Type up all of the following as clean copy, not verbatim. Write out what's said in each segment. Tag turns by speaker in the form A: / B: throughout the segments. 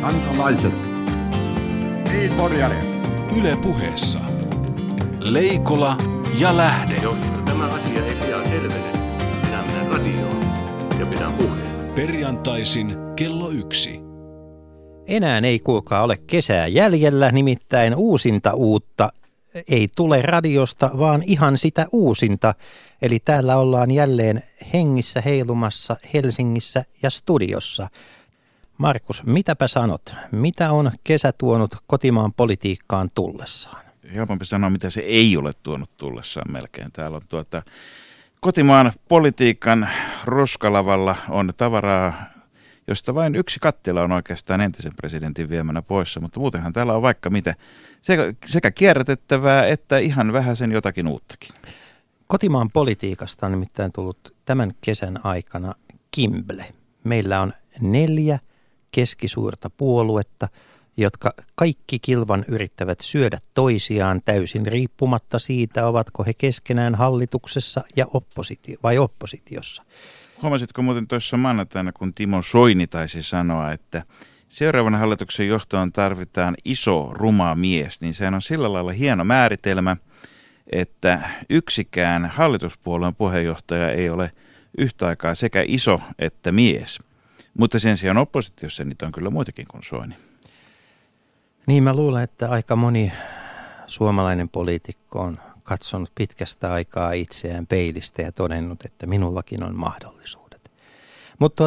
A: kansalaiset. Niin, Morjari.
B: Yle Puheessa. Leikola ja Lähde.
C: Jos tämä asia ei pian selvene, minä menen radioon ja pidän puheen.
B: Perjantaisin kello 1.
D: Enää ei kuulkaa ole kesää jäljellä, nimittäin uusinta uutta ei tule radiosta, vaan ihan sitä uusinta. Eli täällä ollaan jälleen hengissä heilumassa Helsingissä ja studiossa. Markus, mitäpä sanot? Mitä on kesä tuonut kotimaan politiikkaan tullessaan?
E: Helpompi sanoa, mitä se ei ole tuonut tullessaan melkein. Täällä on kotimaan politiikan roskalavalla on tavaraa, josta vain yksi kattila on oikeastaan entisen presidentin viemänä poissa, mutta muutenhan täällä on vaikka mitä sekä kierrätettävää että ihan vähäsen jotakin uuttakin.
D: Kotimaan politiikasta on nimittäin tullut tämän kesän aikana kimble. Meillä on 4 keskisuurta puoluetta, jotka kaikki kilvan yrittävät syödä toisiaan täysin riippumatta siitä, ovatko he keskenään hallituksessa ja oppositiossa.
E: Huomasitko muuten tuossa maanantaina, kun Timo Soini taisi sanoa, että seuraavan hallituksen johtoon tarvitaan iso, ruma mies, niin sehän on sillä lailla hieno määritelmä, että yksikään hallituspuolueen puheenjohtaja ei ole yhtä aikaa sekä iso että mies. Mutta sen sijaan oppositiossa niitä on kyllä muitakin kuin Soini.
D: Niin, mä luulen, että aika moni suomalainen poliitikko on katsonut pitkästä aikaa itseään peilistä ja todennut, että minullakin on mahdollisuudet. Mutta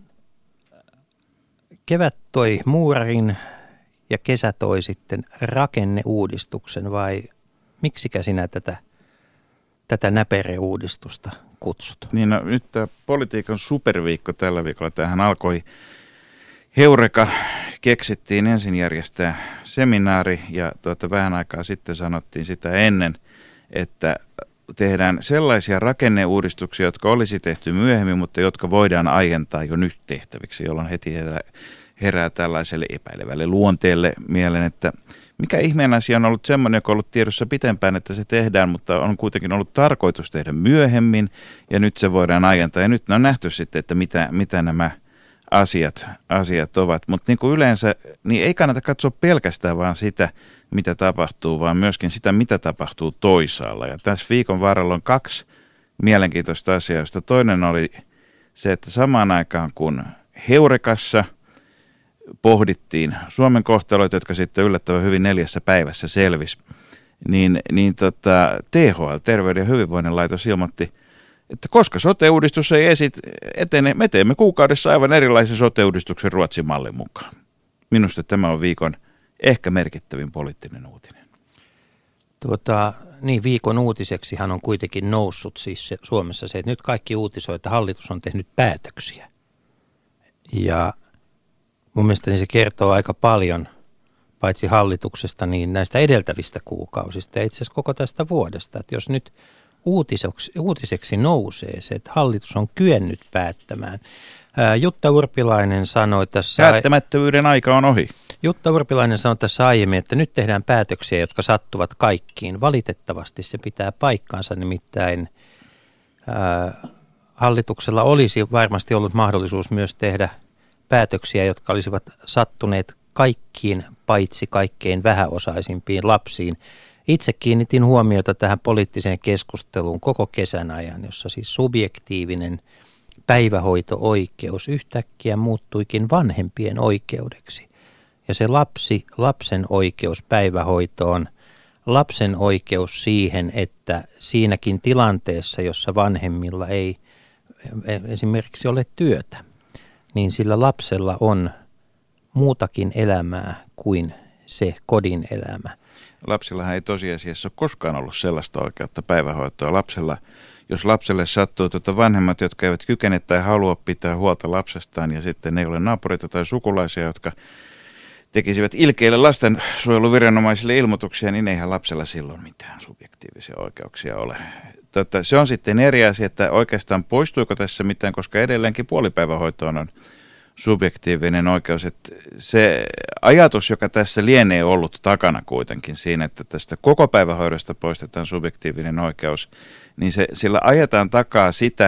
D: kevät toi muurarin ja kesä toi sitten rakenneuudistuksen, vai miksikä sinä tätä näpereuudistusta kutsut?
E: Niin, no, nyt tämä politiikan superviikko tällä viikolla, tämähän alkoi Heureka, keksittiin ensin järjestää seminaari ja vähän aikaa sitten sanottiin sitä ennen, että tehdään sellaisia rakenneuudistuksia, jotka olisi tehty myöhemmin, mutta jotka voidaan aientaa jo nyt tehtäviksi, jolloin heti herää tällaiselle epäilevälle luonteelle mieleen, että mikä ihmeen asia on ollut semmoinen, joka on ollut tiedossa pitempään, että se tehdään, mutta on kuitenkin ollut tarkoitus tehdä myöhemmin ja nyt se voidaan aientaa. Ja nyt on nähty sitten, että mitä nämä asiat ovat, mutta niin kuin yleensä niin ei kannata katsoa pelkästään vaan sitä, mitä tapahtuu, vaan myöskin sitä, mitä tapahtuu toisaalla. Ja tässä viikon varrella on 2 mielenkiintoista asiaa, joista toinen oli se, että samaan aikaan kun Heurekassa pohdittiin Suomen kohtaloita, jotka sitten yllättävän hyvin 4 päivässä selvisi, niin THL, Terveyden ja hyvinvoinnin laitos, ilmoitti, että koska sote-uudistus ei etene, me teemme kuukaudessa aivan erilaisen sote-uudistuksen Ruotsin mallin mukaan. Minusta tämä on viikon ehkä merkittävin poliittinen uutinen.
D: Niin, viikon uutiseksihan on kuitenkin noussut siis Suomessa se, että nyt kaikki uutisoi, että hallitus on tehnyt päätöksiä. Ja mun mielestäni se kertoo aika paljon, paitsi hallituksesta, niin näistä edeltävistä kuukausista ja itse asiassa koko tästä vuodesta. Että jos nyt uutiseksi nousee se, että hallitus on kyennyt päättämään. Jutta Urpilainen sanoi tässä...
E: Päättämättömyyden aika on ohi.
D: Jutta Urpilainen sanoi tässä aiemmin, että nyt tehdään päätöksiä, jotka sattuvat kaikkiin. Valitettavasti se pitää paikkaansa, nimittäin hallituksella olisi varmasti ollut mahdollisuus myös tehdä päätöksiä, jotka olisivat sattuneet kaikkiin, paitsi kaikkein vähäosaisimpiin lapsiin. Itse kiinnitin huomiota tähän poliittiseen keskusteluun koko kesän ajan, jossa siis subjektiivinen päivähoito-oikeus yhtäkkiä muuttuikin vanhempien oikeudeksi. Ja se lapsen oikeus päivähoitoon, lapsen oikeus siihen, että siinäkin tilanteessa, jossa vanhemmilla ei esimerkiksi ole työtä, niin sillä lapsella on muutakin elämää kuin se kodin elämä.
E: Lapsillahan ei tosiasiassa ole koskaan ollut sellaista oikeutta päivähoitoa. Jos lapselle sattuu vanhemmat, jotka eivät kykene tai halua pitää huolta lapsestaan ja sitten ei ole naapureita tai sukulaisia, jotka tekisivät ilkeille lastensuojeluviranomaisille ilmoituksia, niin eihän lapsella silloin mitään subjektiivisia oikeuksia ole. Se on sitten eri asia, että oikeastaan poistuiko tässä mitään, koska edelleenkin puolipäivähoitoon on subjektiivinen oikeus. Että se ajatus, joka tässä lienee ollut takana kuitenkin siinä, että tästä koko päivähoidosta poistetaan subjektiivinen oikeus, niin sillä ajetaan takaa sitä,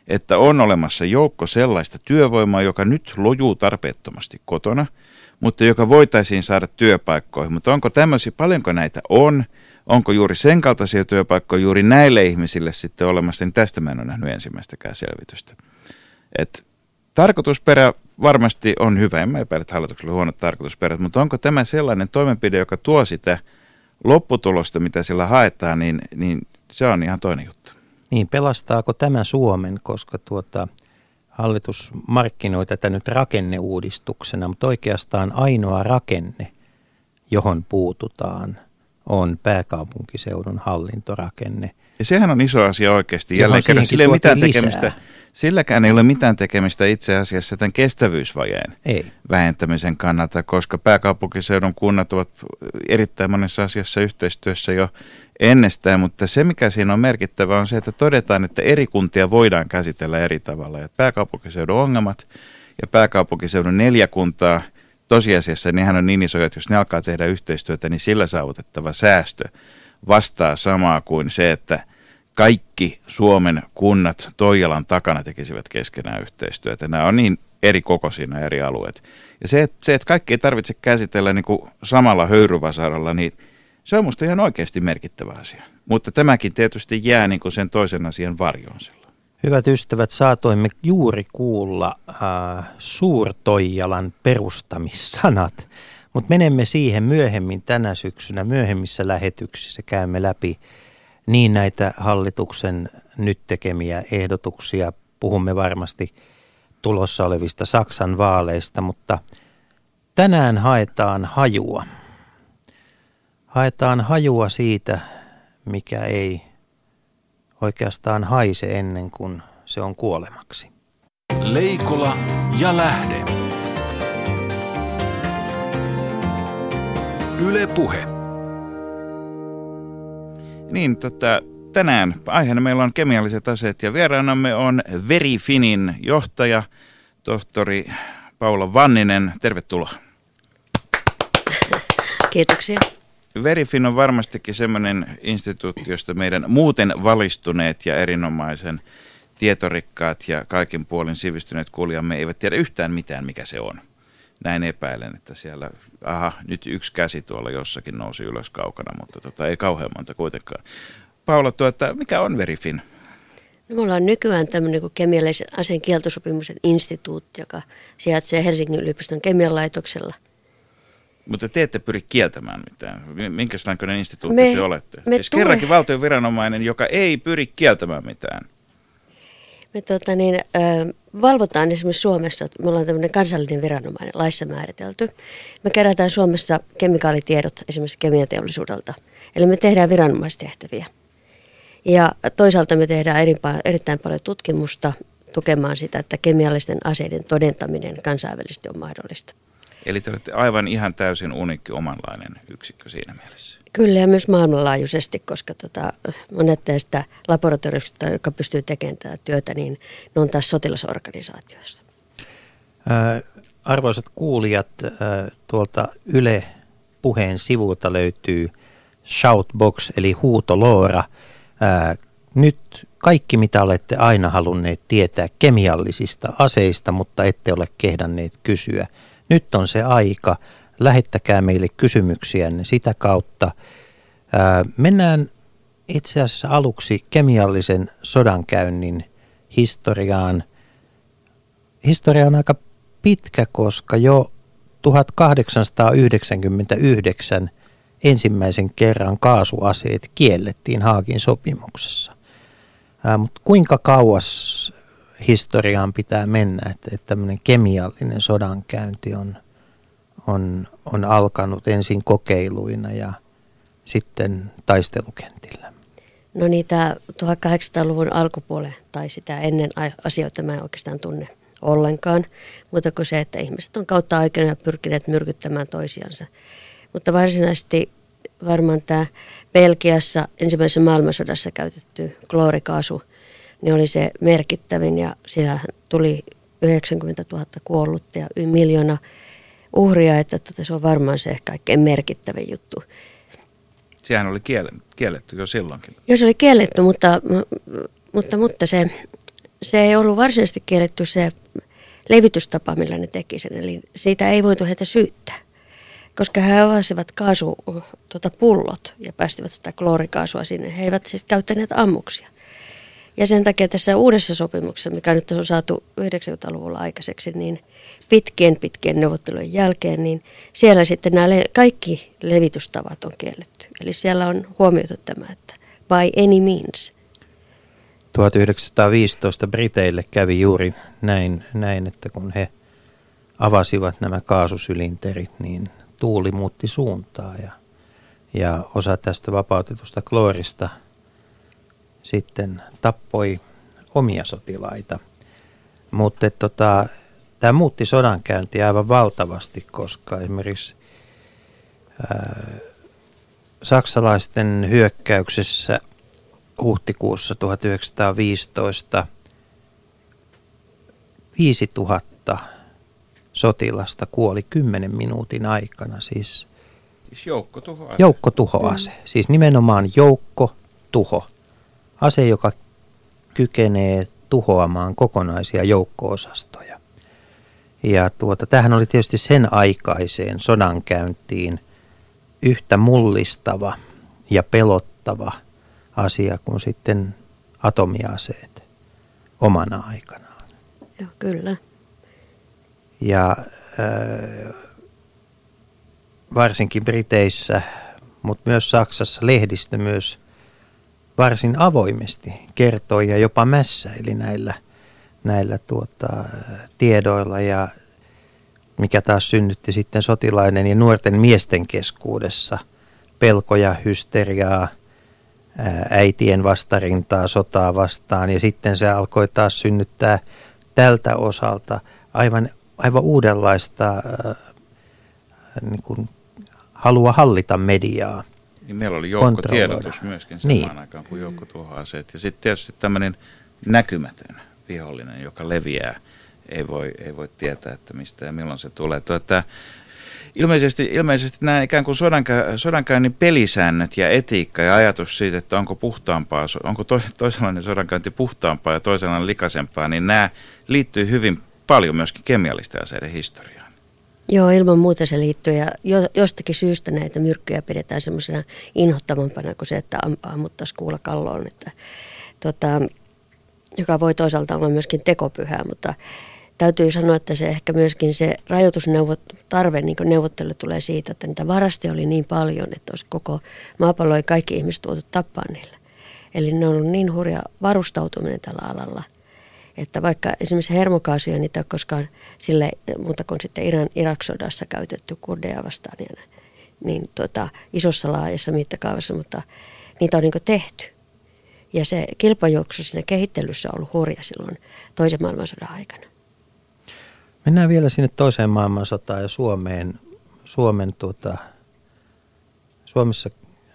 E: että on olemassa joukko sellaista työvoimaa, joka nyt lojuu tarpeettomasti kotona, mutta joka voitaisiin saada työpaikkoihin. Mutta onko tämmöisiä, paljonko näitä on? Onko juuri sen kaltaisia työpaikkoja juuri näille ihmisille sitten olemassa, niin tästä mä en ole nähnyt ensimmäistäkään selvitystä. Et tarkoitusperä varmasti on hyvä, en mä epäile, että hallituksella on huonot tarkoitusperät, mutta onko tämä sellainen toimenpide, joka tuo sitä lopputulosta, mitä sillä haetaan, niin se on ihan toinen juttu.
D: Niin, pelastaako tämä Suomen, koska hallitus markkinoi tätä nyt rakenneuudistuksena, mutta oikeastaan ainoa rakenne, johon puututaan, on pääkaupunkiseudun hallintorakenne.
E: Ja sehän on iso asia oikeasti. Jälleen kerran sillä ei mitään tekemistä. Silläkään ei ole mitään tekemistä itse asiassa tämän kestävyysvajeen vähentämisen kannalta, koska pääkaupunkiseudun kunnat ovat erittäin monessa asiassa yhteistyössä jo ennestään, mutta se mikä siinä on merkittävä on se, että todetaan, että eri kuntia voidaan käsitellä eri tavalla. Ja pääkaupunkiseudun ongelmat ja pääkaupunkiseudun 4 kuntaa tosiasiassa, nehän on niin isoja, että jos ne alkaa tehdä yhteistyötä, niin sillä saavutettava säästö vastaa samaa kuin se, että kaikki Suomen kunnat Toijalan takana tekisivät keskenään yhteistyötä. Nämä on niin eri kokoisia nämä eri alueet. Ja se, että kaikki ei tarvitse käsitellä niin kuin samalla höyryvasaralla, niin se on musta ihan oikeasti merkittävä asia. Mutta tämäkin tietysti jää niin kuin sen toisen asian varjoon silloin.
D: Hyvät ystävät, saatoimme juuri kuulla Suur-Toijalan perustamissanat, mutta menemme siihen myöhemmin tänä syksynä, myöhemmissä lähetyksissä käymme läpi niin näitä hallituksen nyt tekemiä ehdotuksia. Puhumme varmasti tulossa olevista Saksan vaaleista, mutta tänään haetaan hajua. Haetaan hajua siitä, mikä ei oikeastaan haise ennen kuin se on kuolemaksi.
B: Leikola ja Lähde. Yle Puhe.
E: Niin, tänään aiheena meillä on kemialliset aseet ja vieraanamme on Verifinin johtaja, tohtori Paula Vanninen. Tervetuloa.
F: Kiitoksia.
E: Verifin on varmastikin semmoinen instituutti, josta meidän muuten valistuneet ja erinomaisen tietorikkaat ja kaikin puolin sivistyneet kuulijamme eivät tiedä yhtään mitään, mikä se on. Näin epäilen, että siellä, nyt yksi käsi tuolla jossakin nousi ylös kaukana, mutta ei kauhean monta kuitenkaan. Paula, mikä on Verifin?
F: No, me ollaan nykyään tämmöinen kuin kemiallisen aseen kieltosopimuksen instituutti, joka sijaitsee Helsingin yliopiston kemian laitoksella.
E: Mutta te ette pyri kieltämään mitään. Minkälainen instituutti te olette? Siis kerrankin valtion viranomainen, joka ei pyri kieltämään mitään.
F: Me valvotaan esimerkiksi Suomessa, me ollaan tämmöinen kansallinen viranomainen, laissa määritelty. Me kerätään Suomessa kemikaalitiedot esimerkiksi kemianteollisuudelta. Eli me tehdään viranomaistehtäviä. Ja toisaalta me tehdään erittäin paljon tutkimusta tukemaan sitä, että kemiallisten aseiden todentaminen kansainvälisesti on mahdollista.
E: Eli te olette aivan ihan täysin uniikki omanlainen yksikkö siinä mielessä.
F: Kyllä, ja myös maailmanlaajuisesti, koska monet näistä laboratorioista, jotka pystyy tekemään tätä työtä, niin ne on taas sotilasorganisaatioissa.
D: Arvoisat kuulijat, tuolta Yle Puheen sivulta löytyy Shoutbox eli huutoloora. Nyt kaikki, mitä olette aina halunneet tietää kemiallisista aseista, mutta ette ole kehdanneet kysyä. Nyt on se aika. Lähettäkää meille kysymyksiänne sitä kautta. Mennään itse asiassa aluksi kemiallisen sodankäynnin historiaan. Historia on aika pitkä, koska jo 1899 ensimmäisen kerran kaasuaseet kiellettiin Haagin sopimuksessa. Mutta kuinka kauas historiaan pitää mennä, että tämmöinen kemiallinen sodankäynti on alkanut ensin kokeiluina ja sitten taistelukentillä?
F: No niitä 1800-luvun alkupuolella tai sitä ennen asioita mä en oikeastaan tunne ollenkaan, mutta kuin se, että ihmiset on kautta aikana pyrkineet myrkyttämään toisiansa. Mutta varsinaisesti varmaan tämä Belgiassa ensimmäisessä maailmansodassa käytetty kloorikaasu, niin oli se merkittävin ja siellä tuli 90 000 kuollutta ja 1 miljoona uhria, että se on varmaan se kaikkein merkittävin juttu.
E: Sehän oli kielletty jo silloinkin.
F: Joo, se oli kielletty, mutta se ei ollut varsinaisesti kielletty se levitystapa, millä ne teki sen. Eli siitä ei voitu heitä syyttää, koska he avasivat pullot ja päästivät sitä kloorikaasua sinne. He eivät siis käyttäneet ammuksia. Ja sen takia tässä uudessa sopimuksessa, mikä nyt on saatu 90-luvulla aikaiseksi, niin pitkien neuvottelujen jälkeen, niin siellä sitten nämä kaikki levitystavat on kielletty. Eli siellä on huomioitu tämä, että by any means.
D: 1915 Briteille kävi juuri näin, että kun he avasivat nämä kaasusylinterit, niin tuuli muutti suuntaa ja osa tästä vapautetusta kloorista sitten tappoi omia sotilaita. Mutta tämä muutti sodankäyntiä aivan valtavasti, koska esimerkiksi saksalaisten hyökkäyksessä huhtikuussa 1915 5000 sotilasta kuoli 10 minuutin aikana. Siis joukkotuhoase. Siis nimenomaan joukkotuho. Ase, joka kykenee tuhoamaan kokonaisia joukko-osastoja. Ja tämähän oli tietysti sen aikaiseen sodankäyntiin yhtä mullistava ja pelottava asia kuin sitten atomiaseet omana aikanaan.
F: Joo, kyllä.
D: Ja varsinkin Briteissä, mutta myös Saksassa lehdistö myös varsin avoimesti kertoi ja jopa mässäili näillä tiedoilla, ja mikä taas synnytti sitten sotilaiden ja nuorten miesten keskuudessa pelkoja, hysteriaa, äitien vastarintaa sotaa vastaan, ja sitten se alkoi taas synnyttää tältä osalta aivan uudenlaista niin kuin halua hallita mediaa.
E: Niin meillä oli joukkotiedotus myöskin samaan aikaan kuin joukkotuhoaseet. Ja sitten tietysti tämmöinen näkymätön vihollinen, joka leviää, ei voi tietää, että mistä ja milloin se tulee. Ilmeisesti nämä ikään kuin sodankäynnin pelisäännöt ja etiikka ja ajatus siitä, että onko toisenlainen sodankäynti puhtaampaa ja toisenlainen likaisempaa, niin nämä liittyy hyvin paljon myöskin kemiallisten aseiden historiaan.
F: Joo, ilman muuta se liittyy, ja jostakin syystä näitä myrkkyjä pidetään semmoisena inhottavampana kuin se, että ammuttaisiin kuulla kalloon, joka voi toisaalta olla myöskin tekopyhää, mutta täytyy sanoa, että se ehkä myöskin se rajoitustarve niin neuvottelu tulee siitä, että niitä varastoja oli niin paljon, että olisi koko maapallo ja kaikki ihmiset voitu tappaa niillä. Eli ne on ollut niin hurja varustautuminen tällä alalla, että vaikka esimerkiksi hermokaasuja niitä ei koskaan sille, mutta kun sitten Irak-sodassa käytetty kurdeja vastaan niin isossa laajassa mittakaavassa, mutta niitä on niin tehty. Ja se kilpajuoksu siinä kehittelyssä on ollut hurja silloin toisen maailmansodan aikana.
D: Mennään vielä sinne toiseen maailmansotaan ja Suomessa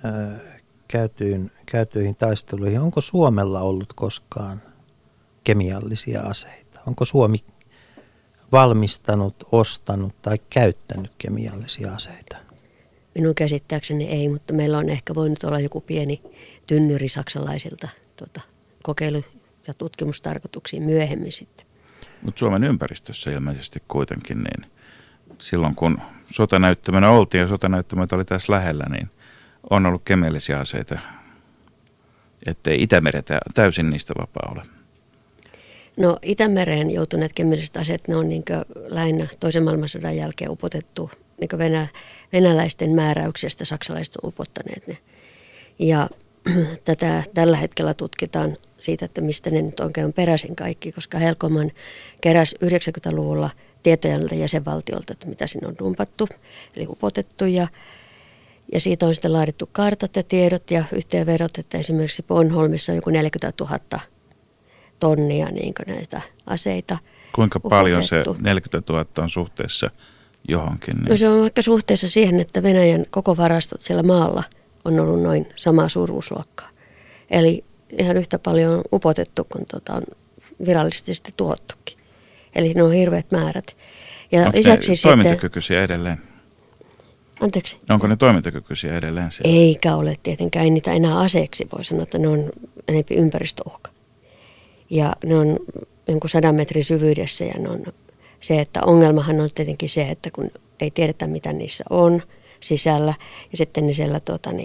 D: käytyihin taisteluihin. Onko Suomella ollut koskaan kemiallisia aseita? Onko Suomi valmistanut, ostanut tai käyttänyt kemiallisia aseita?
F: Minun käsittääkseni ei, mutta meillä on ehkä voinut olla joku pieni tynnyri saksalaisilta kokeilu- ja tutkimustarkoituksiin myöhemmin sitten.
E: Mutta Suomen ympäristössä ilmeisesti kuitenkin, niin silloin kun sotanäyttämönä oltiin ja sotanäyttämöt oli tässä lähellä, niin on ollut kemiallisia aseita, ettei Itämeri täysin niistä vapaa ole.
F: No Itämereen joutuneet kemialliset aseet, ne on lähinnä toisen maailmansodan jälkeen upotettu venäläisten määräyksestä, saksalaiset on upottaneet ne. Ja tällä hetkellä tutkitaan siitä, että mistä ne nyt oikein on peräisin kaikki, koska Helcoman keräsi 90-luvulla tietoja näiltä jäsenvaltiolta, että mitä sinne on dumpattu, eli upotettu. Ja siitä on sitten laadittu kartat ja tiedot ja yhteenvedot, että esimerkiksi Bornholmissa on joku 40 000 tonnia näitä aseita.
E: Kuinka paljon se 40 000 on suhteessa johonkin? Niin?
F: No se on vaikka suhteessa siihen, että Venäjän koko varastot siellä maalla on ollut noin samaa suuruusluokkaa. Eli ihan yhtä paljon on upotettu kuin on virallisesti sitten tuottukin. Eli ne on hirveät määrät. Ja
E: onko
F: lisäksi
E: ne toimintakykyisiä edelleen?
F: Anteeksi?
E: Onko ne toimintakykyisiä edelleen siellä?
F: Eikä ole tietenkään. Ei niitä enää aseeksi voi sanoa, että ne on enemmän ympäristöuhka. Ja ne on jonkun 100 metrin syvyydessä ja ne on se, että ongelmahan on tietenkin se, että kun ei tiedetä mitä niissä on sisällä ja sitten ne siellä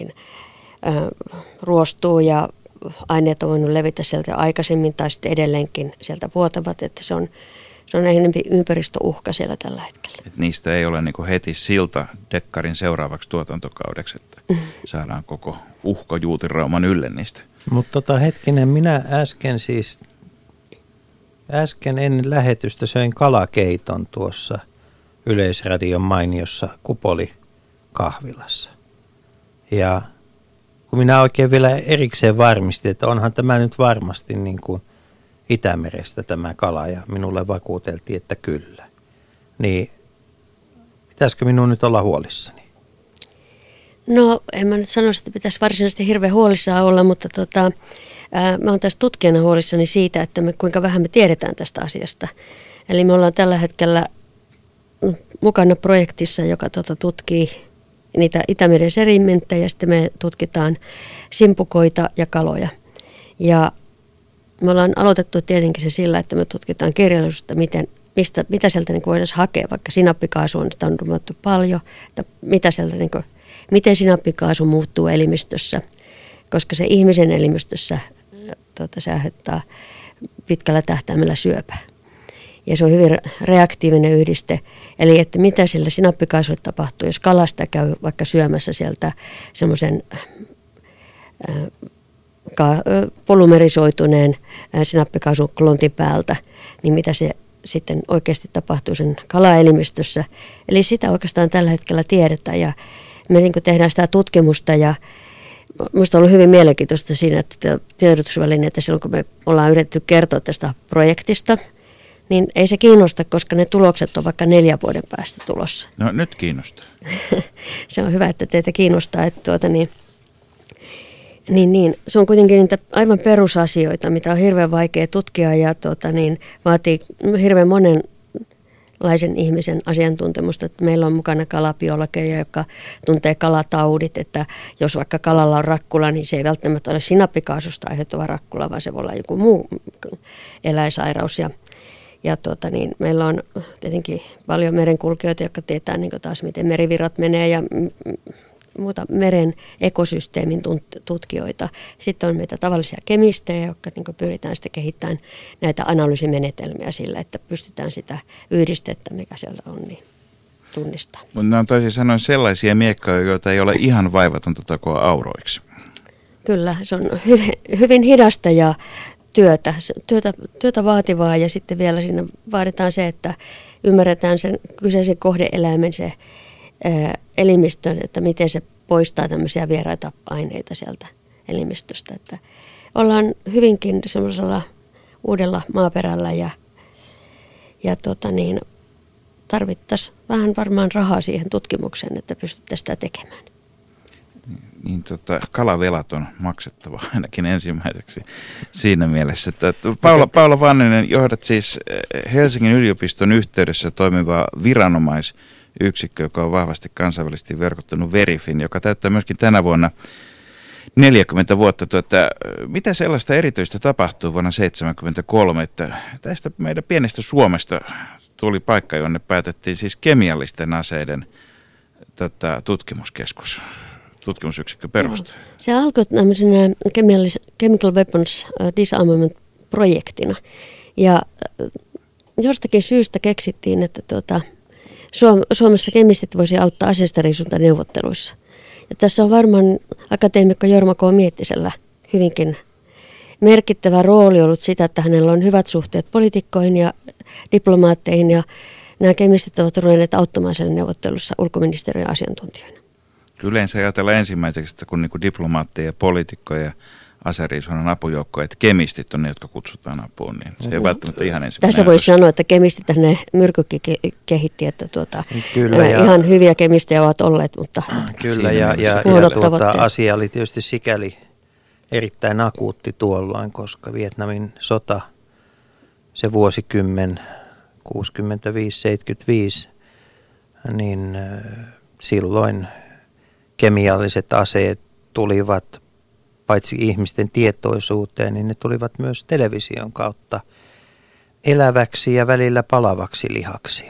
F: ruostuu ja aineet on voinut levitä sieltä aikaisemmin tai sitten edelleenkin sieltä vuotavat, että se on enemmän ympäristöuhka siellä tällä hetkellä.
E: Et niistä ei ole niinku heti silta dekkarin seuraavaksi tuotantokaudeksi, että saadaan koko uhkajuutirauman ylle niistä.
D: Mutta hetkinen, minä äsken ennen lähetystä söin kalakeiton tuossa Yleisradion mainiossa Kupoli-kahvilassa. Ja kun minä oikein vielä erikseen varmistin, että onhan tämä nyt varmasti niin kuin Itämerestä tämä kala, ja minulle vakuuteltiin, että kyllä. Niin pitäisikö minun nyt olla huolissani?
F: No, en mä nyt sanoisi, että pitäisi varsinaisesti hirveän huolissaan olla, mutta mä oon tässä tutkijana huolissani siitä, että kuinka vähän me tiedetään tästä asiasta. Eli me ollaan tällä hetkellä mukana projektissa, joka tutkii niitä Itämeren sedimenttejä, ja sitten me tutkitaan simpukoita ja kaloja. Ja me ollaan aloitettu tietenkin se sillä, että me tutkitaan kirjallisuutta, mitä sieltä voitaisiin hakea, vaikka sinappikaasu on sitä on ruvettu paljon, että miten sinappikaasu muuttuu elimistössä, koska se ihmisen elimistössä se aiheuttaa pitkällä tähtäimellä syöpää. Ja se on hyvin reaktiivinen yhdiste, eli että mitä sillä sinappikaasulle tapahtuu, jos kalasta käy vaikka syömässä sieltä semmoisen polymerisoituneen sinappikaasun klontin päältä, niin mitä se sitten oikeasti tapahtuu sen kalaelimistössä. Eli sitä oikeastaan tällä hetkellä tiedetään ja me tehdään sitä tutkimusta ja minusta on ollut hyvin mielenkiintoista siinä, että tiedotusvälineitä silloin kun me ollaan yritetty kertoa tästä projektista, niin ei se kiinnosta, koska ne tulokset on vaikka 4 vuoden päästä tulossa.
E: No nyt kiinnostaa.
F: Se on hyvä, että teitä kiinnostaa, että Niin, se on kuitenkin niitä aivan perusasioita, mitä on hirveän vaikea tutkia ja vaatii hirveän monenlaisen ihmisen asiantuntemusta. Että meillä on mukana kalabiologeja, jotka tuntee kalataudit, että jos vaikka kalalla on rakkula, niin se ei välttämättä ole sinappikaasusta aiheutuva rakkula, vaan se voi olla joku muu eläinsairaus. Meillä on tietenkin paljon merenkulkijoita, jotka tietää taas, miten merivirrat menee ja muuta meren ekosysteemin tutkijoita. Sitten on meitä tavallisia kemistejä, jotka pyritään sitten kehittämään näitä analyysimenetelmiä sillä, että pystytään sitä yhdistettä, mikä siellä on, niin tunnistaa.
E: Mutta nämä on toisin sanoen sellaisia miekkoja, joita ei ole ihan vaivatonta takoa auroiksi.
F: Kyllä, se on hyvin hidasta ja työtä vaativaa ja sitten vielä siinä vaaditaan se, että ymmärretään sen kyseisen kohdeeläimen se elimistön, että miten se poistaa tämmöisiä vieraita aineita sieltä elimistöstä. Että ollaan hyvinkin semmoisella uudella maaperällä ja tarvittaisiin vähän varmaan rahaa siihen tutkimukseen, että pystyttäisiin sitä tekemään.
E: Niin kalavelat on maksettava ainakin ensimmäiseksi siinä mielessä. Että Paula Vanninen, johdat siis Helsingin yliopiston yhteydessä toimivaa viranomaisyksikkö, joka on vahvasti kansainvälisesti verkottunut Verifin, joka täyttää myöskin tänä vuonna 40 vuotta. Mitä sellaista erityistä tapahtuu vuonna 1973, että tästä meidän pienestä Suomesta tuli paikka, jonne päätettiin siis kemiallisten aseiden tutkimusyksikkö perustaa?
F: Se alkoi tämmöisenä Chemical Weapons Disarmament-projektina. Ja jostakin syystä keksittiin, että Suomessa kemistit voisi auttaa aseistariisuntaneuvotteluissa. Ja tässä on varmaan akateemikko Jorma K. Miettisellä hyvinkin merkittävä rooli ollut sitä, että hänellä on hyvät suhteet poliitikkoihin ja diplomaatteihin. Ja nämä kemistit ovat ruvenneet auttamaan siellä neuvottelussa ulkoministeriön asiantuntijoina.
E: Yleensä ajatellaan ensimmäiseksi, että kun diplomaatteja, poliitikkoja ja aseriisunnan apujoukkoja, että kemistit on ne, jotka kutsutaan apuun, niin se ei välttämättä ihan ensimmäinen.
F: Tässä voisi sanoa, että kemistit ne myrkykin kehitti, että ihan hyviä kemistejä ovat olleet, mutta
D: kyllä, ja asia oli tietysti sikäli erittäin akuutti tuolloin, koska Vietnamin sota, se vuosikymmen 65-75, niin silloin kemialliset aseet tulivat paitsi ihmisten tietoisuuteen, niin ne tulivat myös television kautta eläväksi ja välillä palavaksi lihaksi.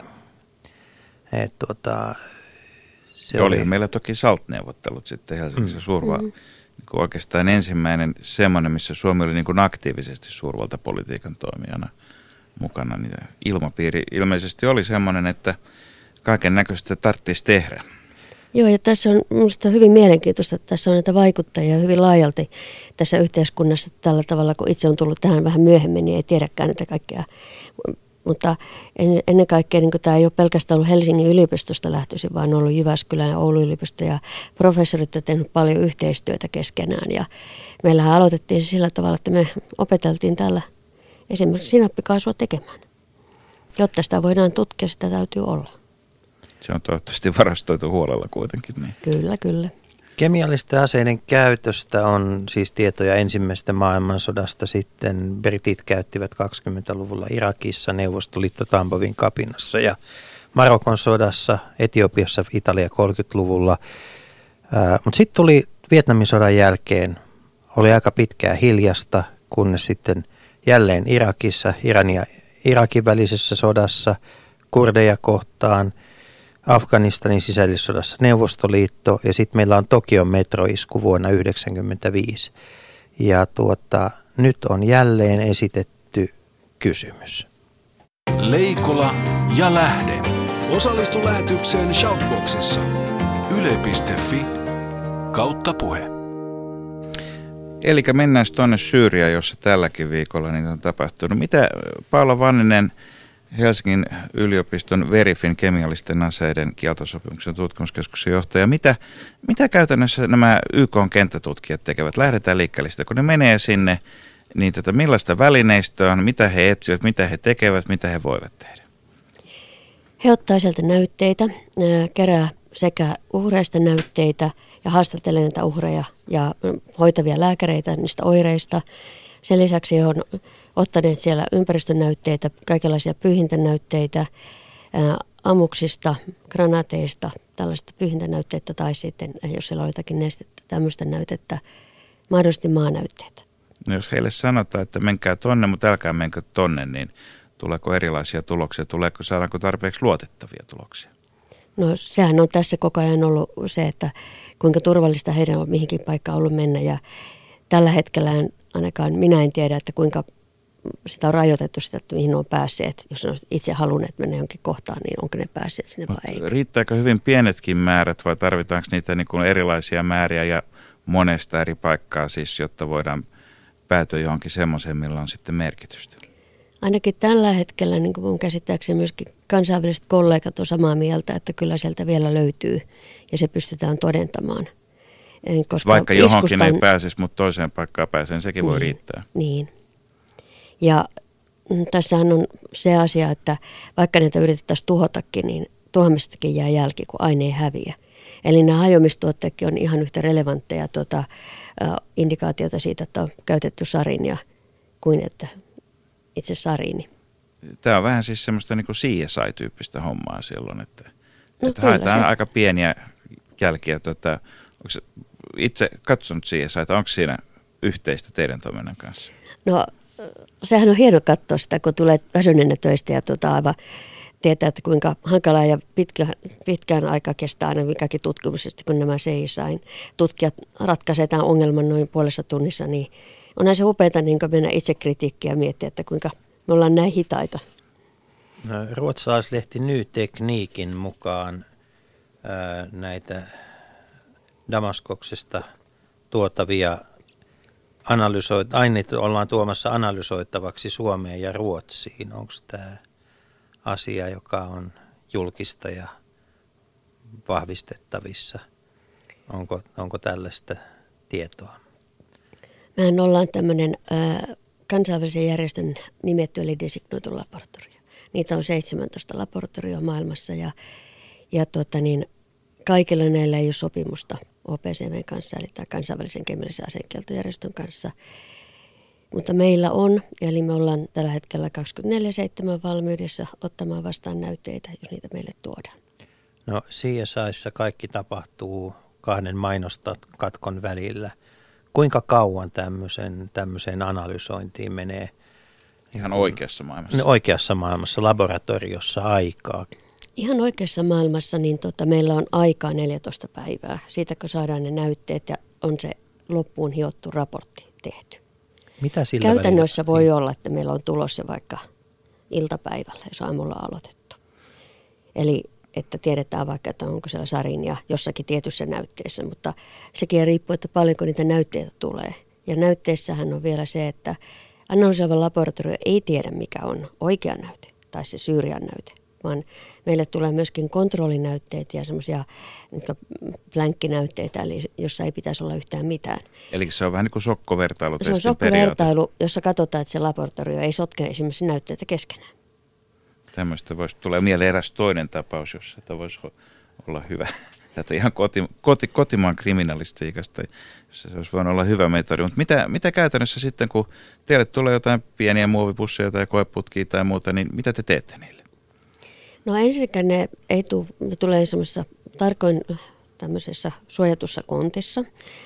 E: Se oli meillä toki SALT-neuvottelut sitten Helsingissä niin oikeastaan ensimmäinen semmoinen, missä Suomi oli niin kuin aktiivisesti suurvaltapolitiikan toimijana mukana. Niin ilmapiiri ilmeisesti oli semmoinen, että kaiken näköistä tarvitsisi tehdä.
F: Joo, ja tässä on minusta hyvin mielenkiintoista, että tässä on näitä vaikuttajia hyvin laajalti tässä yhteiskunnassa tällä tavalla, kun itse on tullut tähän vähän myöhemmin, niin ei tiedäkään näitä kaikkea. Mutta ennen kaikkea niin tämä ei ole pelkästään ollut Helsingin yliopistosta lähtöisin, vaan on ollut Jyväskylän ja Oulun yliopisto ja professorit ovat tehneet paljon yhteistyötä keskenään. Ja meillähän aloitettiin se sillä tavalla, että me opeteltiin täällä esimerkiksi sinappikaasua tekemään. Jotta sitä voidaan tutkia, sitä täytyy olla.
E: Se on toivottavasti varastoitu huolella kuitenkin. Niin.
F: Kyllä, kyllä.
D: Kemiallisten aseiden käytöstä on siis tietoja ensimmäisestä maailmansodasta sitten. Britit käyttivät 20-luvulla Irakissa, Neuvostoliitto Tambovin kapinassa ja Marokon sodassa, Etiopiassa Italia 30-luvulla. Mutta sitten tuli Vietnamin sodan jälkeen, oli aika pitkää hiljasta, kunnes sitten jälleen Irakissa, Iranin ja Irakin välisessä sodassa, kurdeja kohtaan, Afganistanin sisällissodassa Neuvostoliitto ja sitten meillä on Tokion metroisku vuonna 1995. Ja nyt on jälleen esitetty kysymys.
B: Leikola ja Lähde. Osallistu lähetykseen Shoutboxissa. yle.fi/puhe.
E: Eli mennään tuonne Syyriaan, jossa tälläkin viikolla niitä on tapahtunut. Mitä Paula Vanninen, Helsingin yliopiston Verifin kemiallisten aseiden kieltosopimuksen tutkimuskeskuksen johtaja. Mitä käytännössä nämä YK-kenttätutkijat tekevät? Lähdetään liikkeelle sitä, kun ne menee sinne, niin millaista välineistöä on, mitä he etsivät, mitä he tekevät, mitä he voivat tehdä?
F: He ottaa sieltä näytteitä, kerää sekä uhreista näytteitä ja haastattelee näitä uhreja ja hoitavia lääkäreitä niistä oireista. Sen lisäksi he on ottaneet siellä ympäristönäytteitä, kaikenlaisia pyyhintänäytteitä, ammuksista, granaateista, tällaista pyyhintänäytteitä tai sitten, jos siellä on jotakin nestettä, tämmöistä näytettä, mahdollisesti maanäytteitä.
E: No jos heille sanotaan, että menkää tonne, mutta älkää menkö tonne, niin tuleeko erilaisia tuloksia? Saadaanko tarpeeksi luotettavia tuloksia?
F: No sehän on tässä koko ajan ollut se, että kuinka turvallista heidän on mihinkin paikkaan ollut mennä ja tällä hetkellä ainakaan minä en tiedä, että kuinka sitä on rajoitettu sitä, että mihin on päässeet. Jos on itse halunneet mennä jonkin kohtaan, niin onko ne päässeet sinne vai ei?
E: Riittääkö hyvin pienetkin määrät vai tarvitaanko niitä niin kuin erilaisia määriä ja monesta eri paikkaa siis, jotta voidaan päätyä johonkin semmoiseen, millä on sitten merkitystä?
F: Ainakin tällä hetkellä, niin kuin mun käsittääkseni myöskin kansainväliset kollegat on samaa mieltä, että kyllä sieltä vielä löytyy ja se pystytään todentamaan. Koska
E: vaikka johonkin ei pääsisi, mutta toiseen paikkaan pääsee, sekin voi riittää.
F: Niin. Ja tässähän on se asia, että vaikka niitä yritettäisiin tuhotakin, niin tuhoamistakin jää jälki, kun aine ei häviä. Eli nämä hajoamistuotteetkin on ihan yhtä relevantteja indikaatiota siitä, että on käytetty sarinia kuin että itse sariini.
E: Tämä on vähän siis semmoista niin kuin CSI-tyyppistä hommaa silloin, että haetaan aika pieniä jälkiä. Onko itse katsonut CSI, onko siinä yhteistä teidän toiminnan kanssa?
F: No sehän on hieno katsoa sitä, kun tulee väsyneenä töistä ja aivan tietää, että kuinka hankalaa ja pitkään aika kestää aina mikäkin tutkimuksesta, kun nämä CSI-tutkijat ratkaisevat tämän ongelman noin puolessa tunnissa, niin onhan se upeata niin mennä itsekritiikkiä ja miettiä, että kuinka me ollaan näin hitaita.
D: No, ruotsalaislehti Ny Tekniikin mukaan näitä Damaskoksesta tuotavia aineita ollaan tuomassa analysoitavaksi Suomeen ja Ruotsiin. Onko tämä asia, joka on julkista ja vahvistettavissa? Onko tällaista tietoa?
F: Mehän ollaan tämmöinen kansainvälisen järjestön nimetty eli designoitu laboratorio. Niitä on 17 laboratorioa maailmassa ja kaikilla näillä ei ole sopimusta OPCV:n kanssa, eli tämän kansainvälisen kemiallisen aseenkieltojärjestön kanssa. Mutta meillä on, eli me ollaan tällä hetkellä 24/7 valmiudessa ottamaan vastaan näytteitä, jos niitä meille tuodaan.
D: No CSI:ssa kaikki tapahtuu 2 mainoskatkon välillä. Kuinka kauan tämmöiseen analysointiin menee?
E: Ihan oikeassa maailmassa.
D: Oikeassa maailmassa, laboratoriossa aikaa.
F: Ihan oikeassa maailmassa niin meillä on aikaa 14 päivää. Siitä kun saadaan ne näytteet ja on se loppuun hiottu raportti tehty.
D: Mitä sillä
F: Käytännössä
D: välillä?
F: voi olla, että meillä on tulossa vaikka iltapäivällä, jos aamulla on aloitettu. Eli että tiedetään vaikka, että onko siellä sarin ja jossakin tietyssä näytteessä, mutta sekin riippuu, että paljonko niitä näytteitä tulee. Ja näytteessähän on vielä se, että analysoiva laboratorio ei tiedä, mikä on oikea näyte tai se Syyrian näyte, vaan meille tulee myöskin kontrollinäytteet ja semmoisia blänkkinäytteitä, eli jossa ei pitäisi olla yhtään mitään.
E: Eli se on vähän niin kuin sokkovertailutestin
F: periaate. Se on sokkovertailu, jossa katsotaan, että se laboratorio ei sotke esimerkiksi näytteitä keskenään.
E: Tämmöistä tulee mieleen eräs toinen tapaus, jossa tämä voisi olla hyvä. Tätä ihan kotimaan kriminalistiikasta, jossa se olisi voinut olla hyvä metodi. Mutta mitä käytännössä sitten, kun teille tulee jotain pieniä muovipusseja tai koeputkia tai muuta, niin mitä te teette niille?
F: No ensinnäkään ne tulee semmoisessa tarkoin tämmöisessä suojatussa kontissa.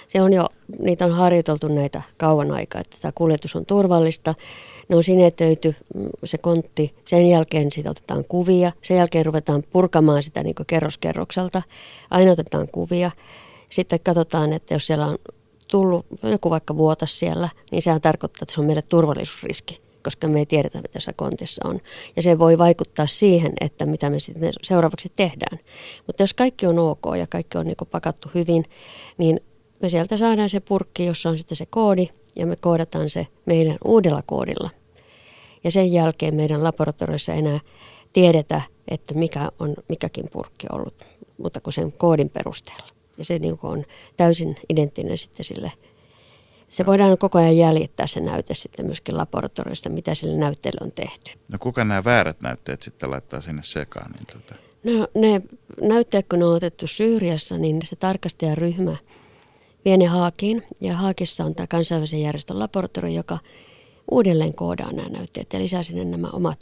F: Niitä on harjoiteltu näitä kauan aikaa, että tämä kuljetus on turvallista. Ne on sinetöity se kontti, sen jälkeen siitä otetaan kuvia, sen jälkeen ruvetaan purkamaan sitä niin kuin kerroskerrokselta, aina otetaan kuvia. Sitten katsotaan, että jos siellä on tullut joku vaikka vuotas siellä, niin sehän tarkoittaa, että se on meille turvallisuusriski, koska me ei tiedetä, mitä se kontissa on. Ja se voi vaikuttaa siihen, että mitä me sitten seuraavaksi tehdään. Mutta jos kaikki on ok ja kaikki on niin kuin pakattu hyvin, niin me sieltä saadaan se purkki, jossa on sitten se koodi, ja me koodataan se meidän uudella koodilla. Ja sen jälkeen meidän laboratoriossa enää tiedetä, että mikä on mikäkin purkki ollut, mutta kuin sen koodin perusteella. Ja se niin kuin on täysin identtinen sitten sille. Se voidaan koko ajan jäljittää se näyte sitten myöskin laboratoriosta, mitä sille näytteelle on tehty.
E: No kuka nämä väärät näytteet sitten laittaa sinne sekaan?
F: No ne näytteet, kun ne on otettu Syyriassa, niin se tarkastajaryhmä vie ne Haagiin. Ja Haagissa on tämä kansainvälisen järjestön laboratorio, joka uudelleen koodaa nämä näytteet ja lisää sinne nämä omat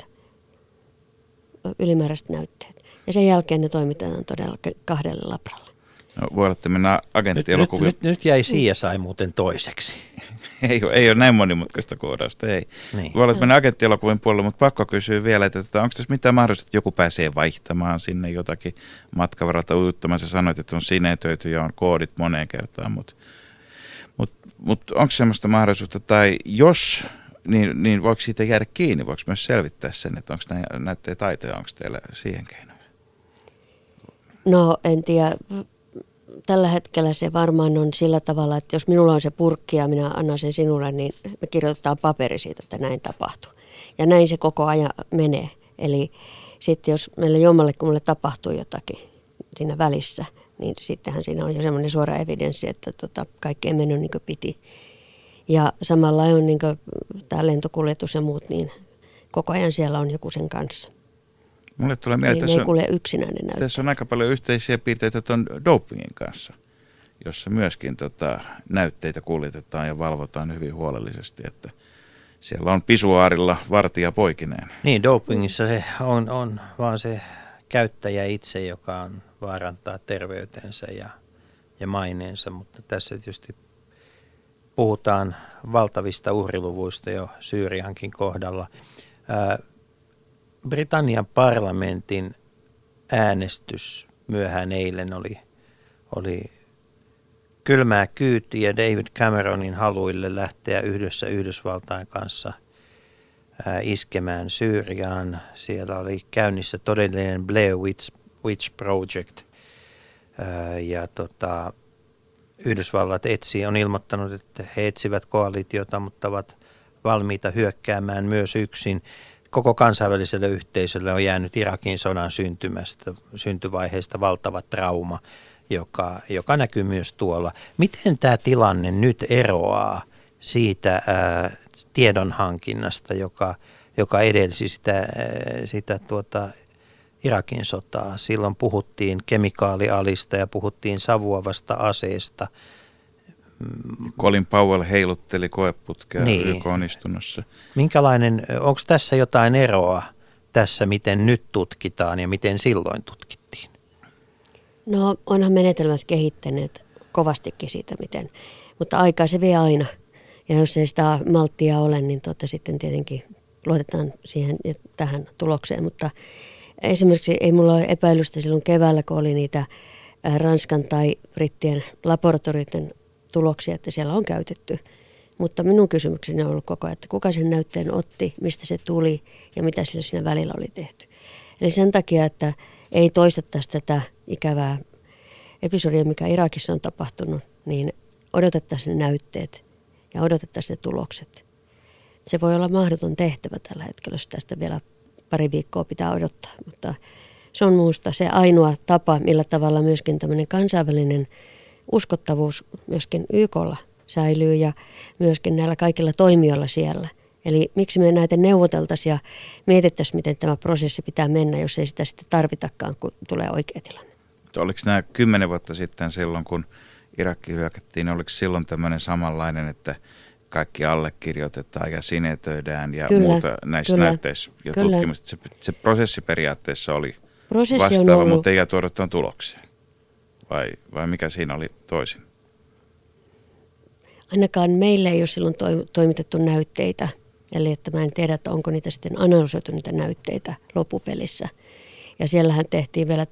F: ylimääräiset näytteet. Ja sen jälkeen ne toimitetaan todella 2 labralle.
E: No, voi olla, että mennään agenttielokuvia.
D: Nyt jäi CSI muuten toiseksi.
E: ei ole näin monimutkaista koodausta, ei. Niin. Voi olla, että mennään agenttielokuvien puolelle, mutta pakko kysyä vielä, että onko tässä mitään mahdollista, että joku pääsee vaihtamaan sinne jotakin matkavaralta ujuttamaan. Sä sanoit, että on sinetöity ja on koodit moneen kertaan, mutta onko semmoista mahdollisuutta, tai jos, niin voiko siitä jäädä kiinni? Voiko myös selvittää sen, että onko näytteet taitoja, onko teillä siihen keinoja?
F: No en tiedä. Tällä hetkellä se varmaan on sillä tavalla, että jos minulla on se purkki ja minä annan sen sinulle, niin me kirjoitetaan paperi siitä, että näin tapahtuu. Ja näin se koko ajan menee. Eli sitten jos meille jommallekin tapahtuu jotakin siinä välissä, niin sittenhän siinä on jo semmoinen suora evidenssi, että kaikki ei mennyt niin kuin piti. Ja samalla on niin kuin tämä lentokuljetus ja muut, niin koko ajan siellä on joku sen kanssa.
E: Mulle tulee mieleen,
F: että ei kulje yksinäinen näyttää.
E: Tässä on aika paljon yhteisiä piirteitä tuon dopingin kanssa, jossa myöskin näytteitä kuljetetaan ja valvotaan hyvin huolellisesti, että siellä on pisuaarilla vartija poikineen.
D: Niin, dopingissa se on vaan se käyttäjä itse, joka on vaarantaa terveytensä ja maineensa, mutta tässä tietysti puhutaan valtavista uhriluvuista jo Syyriankin kohdalla. Britannian parlamentin äänestys myöhään eilen oli kylmää kyytiä David Cameronin haluille lähteä yhdessä Yhdysvaltain kanssa iskemään Syyriaan. Siellä oli käynnissä todellinen Blair Witch Project ja Yhdysvallat on ilmoittanut, että he etsivät koalitiota, mutta ovat valmiita hyökkäämään myös yksin. Koko kansainväliselle yhteisölle on jäänyt Irakin sodan syntyvaiheesta valtava trauma, joka näkyy myös tuolla. Miten tämä tilanne nyt eroaa siitä tiedonhankinnasta, joka edelsi sitä Irakin sotaa? Silloin puhuttiin kemikaalialista ja puhuttiin savuavasta aseesta.
E: Colin Powell heilutteli koeputkea YK-istunnossa.
D: Onko tässä jotain eroa tässä, miten nyt tutkitaan ja miten silloin tutkittiin?
F: No onhan menetelmät kehittäneet kovastikin siitä, miten Mutta aikaa se vie aina. Ja jos ei sitä malttia ole, niin sitten tietenkin luotetaan siihen ja tähän tulokseen. Mutta esimerkiksi ei mulla ole epäilystä silloin keväällä, kun oli niitä Ranskan tai brittien laboratorioiden tuloksia, että siellä on käytetty. Mutta minun kysymykseni on ollut koko ajan, että kuka sen näytteen otti, mistä se tuli ja mitä sillä siinä välillä oli tehty. Eli sen takia, että ei toistettaisi tätä ikävää episodia, mikä Irakissa on tapahtunut, niin odotettaisiin ne näytteet ja odotettaisiin ne tulokset. Se voi olla mahdoton tehtävä tällä hetkellä, jos tästä vielä pari viikkoa pitää odottaa, mutta se on minusta se ainoa tapa, millä tavalla myöskin tämmöinen kansainvälinen uskottavuus myöskin YK:lla säilyy ja myöskin näillä kaikilla toimijoilla siellä. Eli miksi me näitä neuvoteltaisiin ja mietittäisiin, miten tämä prosessi pitää mennä, jos ei sitä sitten tarvitakaan, kun tulee oikea tilanne.
E: Oliko nämä 10 vuotta sitten silloin, kun Irakki hyökättiin, niin oliko silloin tämmöinen samanlainen, että kaikki allekirjoitetaan ja sinetöidään ja kyllä, muuta näissä näytteissä ja tutkimuksissa? Se prosessi periaatteessa oli vastaava, mutta ei jääty odottamaan tuloksia. Vai mikä siinä oli toisin?
F: Ainakaan meille ei ole silloin toimitettu näytteitä. Eli että mä en tiedä, että onko niitä sitten analysoitu niitä näytteitä loppupelissä. Ja siellähän tehtiin vielä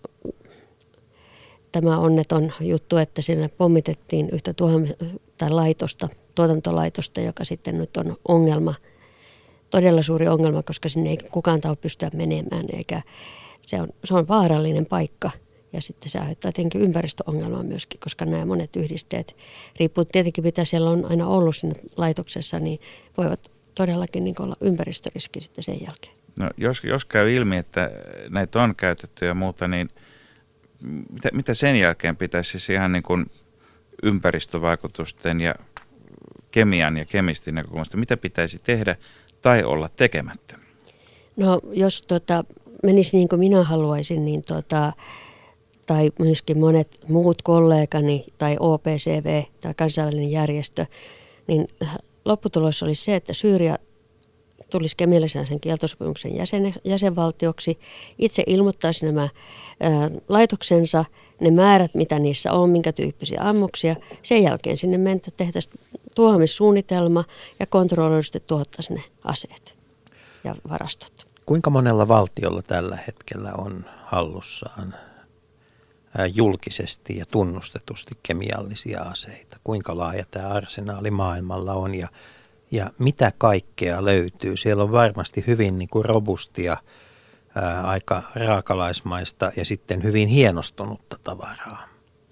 F: tämä onneton juttu, että siinä pommitettiin yhtä tuotantolaitosta, joka sitten nyt on ongelma, todella suuri ongelma, koska sinne ei kukaan taho pystyä menemään, eikä se on vaarallinen paikka. Ja sitten se aiheuttaa tietenkin ympäristöongelmaa myöskin, koska nämä monet yhdisteet, riippuu tietenkin mitä siellä on aina ollut siinä laitoksessa, niin voivat todellakin niin olla ympäristöriski sitten sen jälkeen.
E: No, jos käy ilmi, että näitä on käytetty ja muuta, niin mitä sen jälkeen pitäisi siis ihan niin kuin ympäristövaikutusten ja kemian ja kemistin näkökulmasta, mitä pitäisi tehdä tai olla tekemättä?
F: No jos menisi niin kuin minä haluaisin, niin tai myöskin monet muut kollegani tai OPCW tai kansainvälinen järjestö, niin lopputulos olisi se, että Syyria tulisi kemiallisen kieltosopimuksen jäsenvaltioksi, itse ilmoittaisi nämä laitoksensa, ne määrät, mitä niissä on, minkä tyyppisiä ammuksia. Sen jälkeen sinne tehtäisiin tuhoamissuunnitelma ja kontrolloidusti tuottaisiin ne aseet ja varastot.
D: Kuinka monella valtiolla tällä hetkellä on hallussaan julkisesti ja tunnustetusti kemiallisia aseita? Kuinka laaja tämä arsenaali maailmalla on ja mitä kaikkea löytyy? Siellä on varmasti hyvin niin kuin robustia, aika raakalaismaista ja sitten hyvin hienostunutta tavaraa.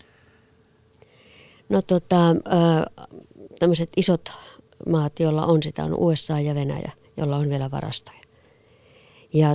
F: No tämmöiset isot maat, joilla on sitä, on USA ja Venäjä, jolla on vielä varastoja. Ja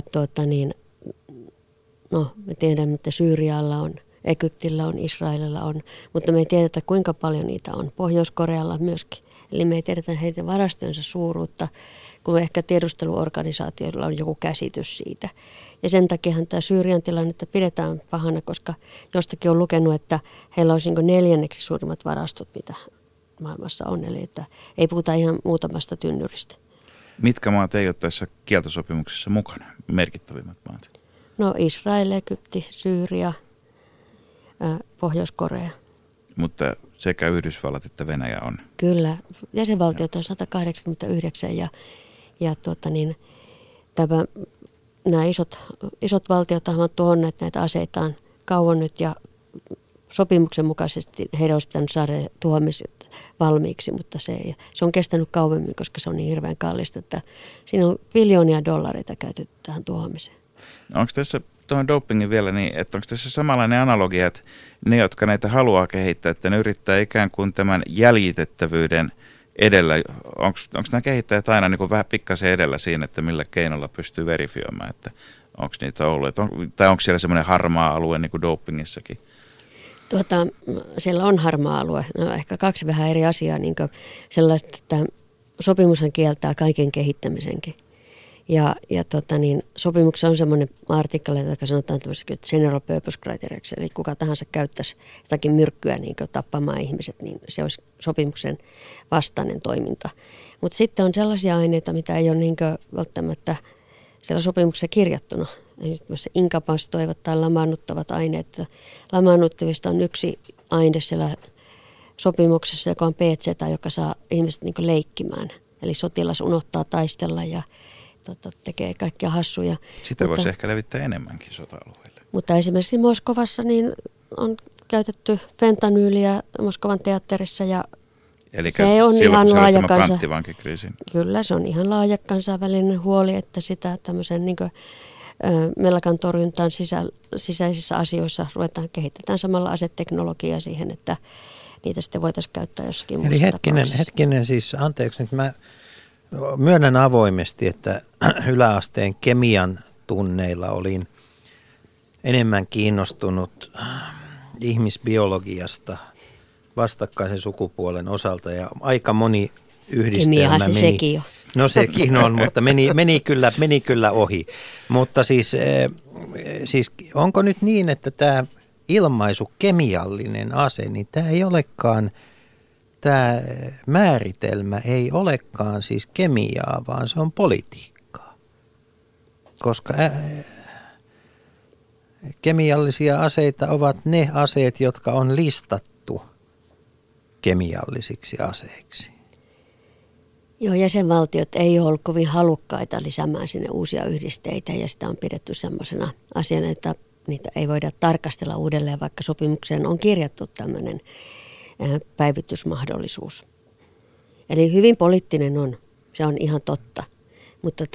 F: me tiedämme, että Syyrialla on, Egyptillä on, Israelilla on, mutta me ei tiedetä kuinka paljon niitä on. Pohjois-Korealla myöskin. Eli me ei tiedetä heidän varastojensa suuruutta, kun ehkä tiedusteluorganisaatioilla on joku käsitys siitä. Ja sen takiahan tämä Syyrian tilannetta pidetään pahana, koska jostakin on lukenut, että heillä olisi 4. suurimmat varastot, mitä maailmassa on. Eli että ei puhuta ihan muutamasta tynnyristä.
E: Mitkä maat ei ole tässä kieltosopimuksessa mukana, merkittävimmät maat?
F: No Israel, Egypti, Syyria, Pohjois-Korea. Mutta
E: sekä Yhdysvallat että Venäjä on.
F: Kyllä, jäsenvaltiot on 189 ja nämä isot valtiot ovat tuhonneet näitä aseitaan kauan nyt ja sopimuksen mukaisesti heidän olisi pitänyt saada tuhoamiset valmiiksi, mutta se on kestänyt kauemmin, koska se on niin hirveän kallista, että siinä on biljoonia dollareita käytetty tähän tuhoamiseen.
E: No, onko tässä tuohon dopingin vielä niin, että onko tässä samanlainen analogia, että ne, jotka näitä haluaa kehittää, että ne yrittää ikään kuin tämän jäljitettävyyden edellä, onko nämä kehittäjät aina niin kuin vähän pikkasen edellä siinä, että millä keinolla pystyy verifioimaan, että onko niitä ollut, tai onko siellä semmoinen harmaa alue niin kuin dopingissakin?
F: Siellä on harmaa alue. No, ehkä 2 vähän eri asiaa, niin kuin sellaista, että sopimushan kieltää kaiken kehittämisenkin. Ja sopimuksessa on semmoinen artikkeli, joka sanotaan tämmöiseksi general purpose criteria, eli kuka tahansa käyttäisi jotakin myrkkyä niin tappamaan ihmiset, niin se olisi sopimuksen vastainen toiminta. Mutta sitten on sellaisia aineita, mitä ei ole niin välttämättä siellä sopimuksessa kirjattuna. Esimerkiksi inkapasitoivat tai lamaannuttavat aineet. Lamaannuttavista on yksi aine siellä sopimuksessa, joka on PZ, joka saa ihmiset niin kuin leikkimään. Eli sotilas unohtaa taistella ja tekee kaikkia hassuja.
E: Sitä voisi ehkä levittää enemmänkin sota-alueille.
F: Mutta esimerkiksi Moskovassa niin on käytetty fentanyyliä Moskovan teatterissa ja
E: eli
F: se on ihan laaja
E: Kyllä,
F: se on ihan laaja kansainvälinen huoli, että sitä tämmöisen niin kuin, mellakan torjuntaan sisäisissä asioissa kehitetään samalla aseteknologiaa siihen, että niitä sitten voitaisiin käyttää jossakin muussa tapauksessa.
D: Hetkinen siis, anteeksi, nyt mä myönnän avoimesti, että yläasteen kemian tunneilla olin enemmän kiinnostunut ihmisbiologiasta vastakkaisen sukupuolen osalta ja aika moni yhdistelmä
F: meni. Sekin jo.
D: No sekin on, mutta meni kyllä ohi. Mutta siis onko nyt niin, että tämä ilmaisu kemiallinen ase, niin tämä ei olekaan, tämä määritelmä ei olekaan siis kemiaa, vaan se on politiikkaa. Koska kemiallisia aseita ovat ne aseet, jotka on listattu kemiallisiksi aseiksi.
F: Joo, jäsenvaltiot ei ole ollut kovin halukkaita lisäämään sinne uusia yhdisteitä ja sitä on pidetty semmoisena asiana, että niitä ei voida tarkastella uudelleen, vaikka sopimukseen on kirjattu tämmöinen päivitysmahdollisuus. Eli hyvin poliittinen on, se on ihan totta, mutta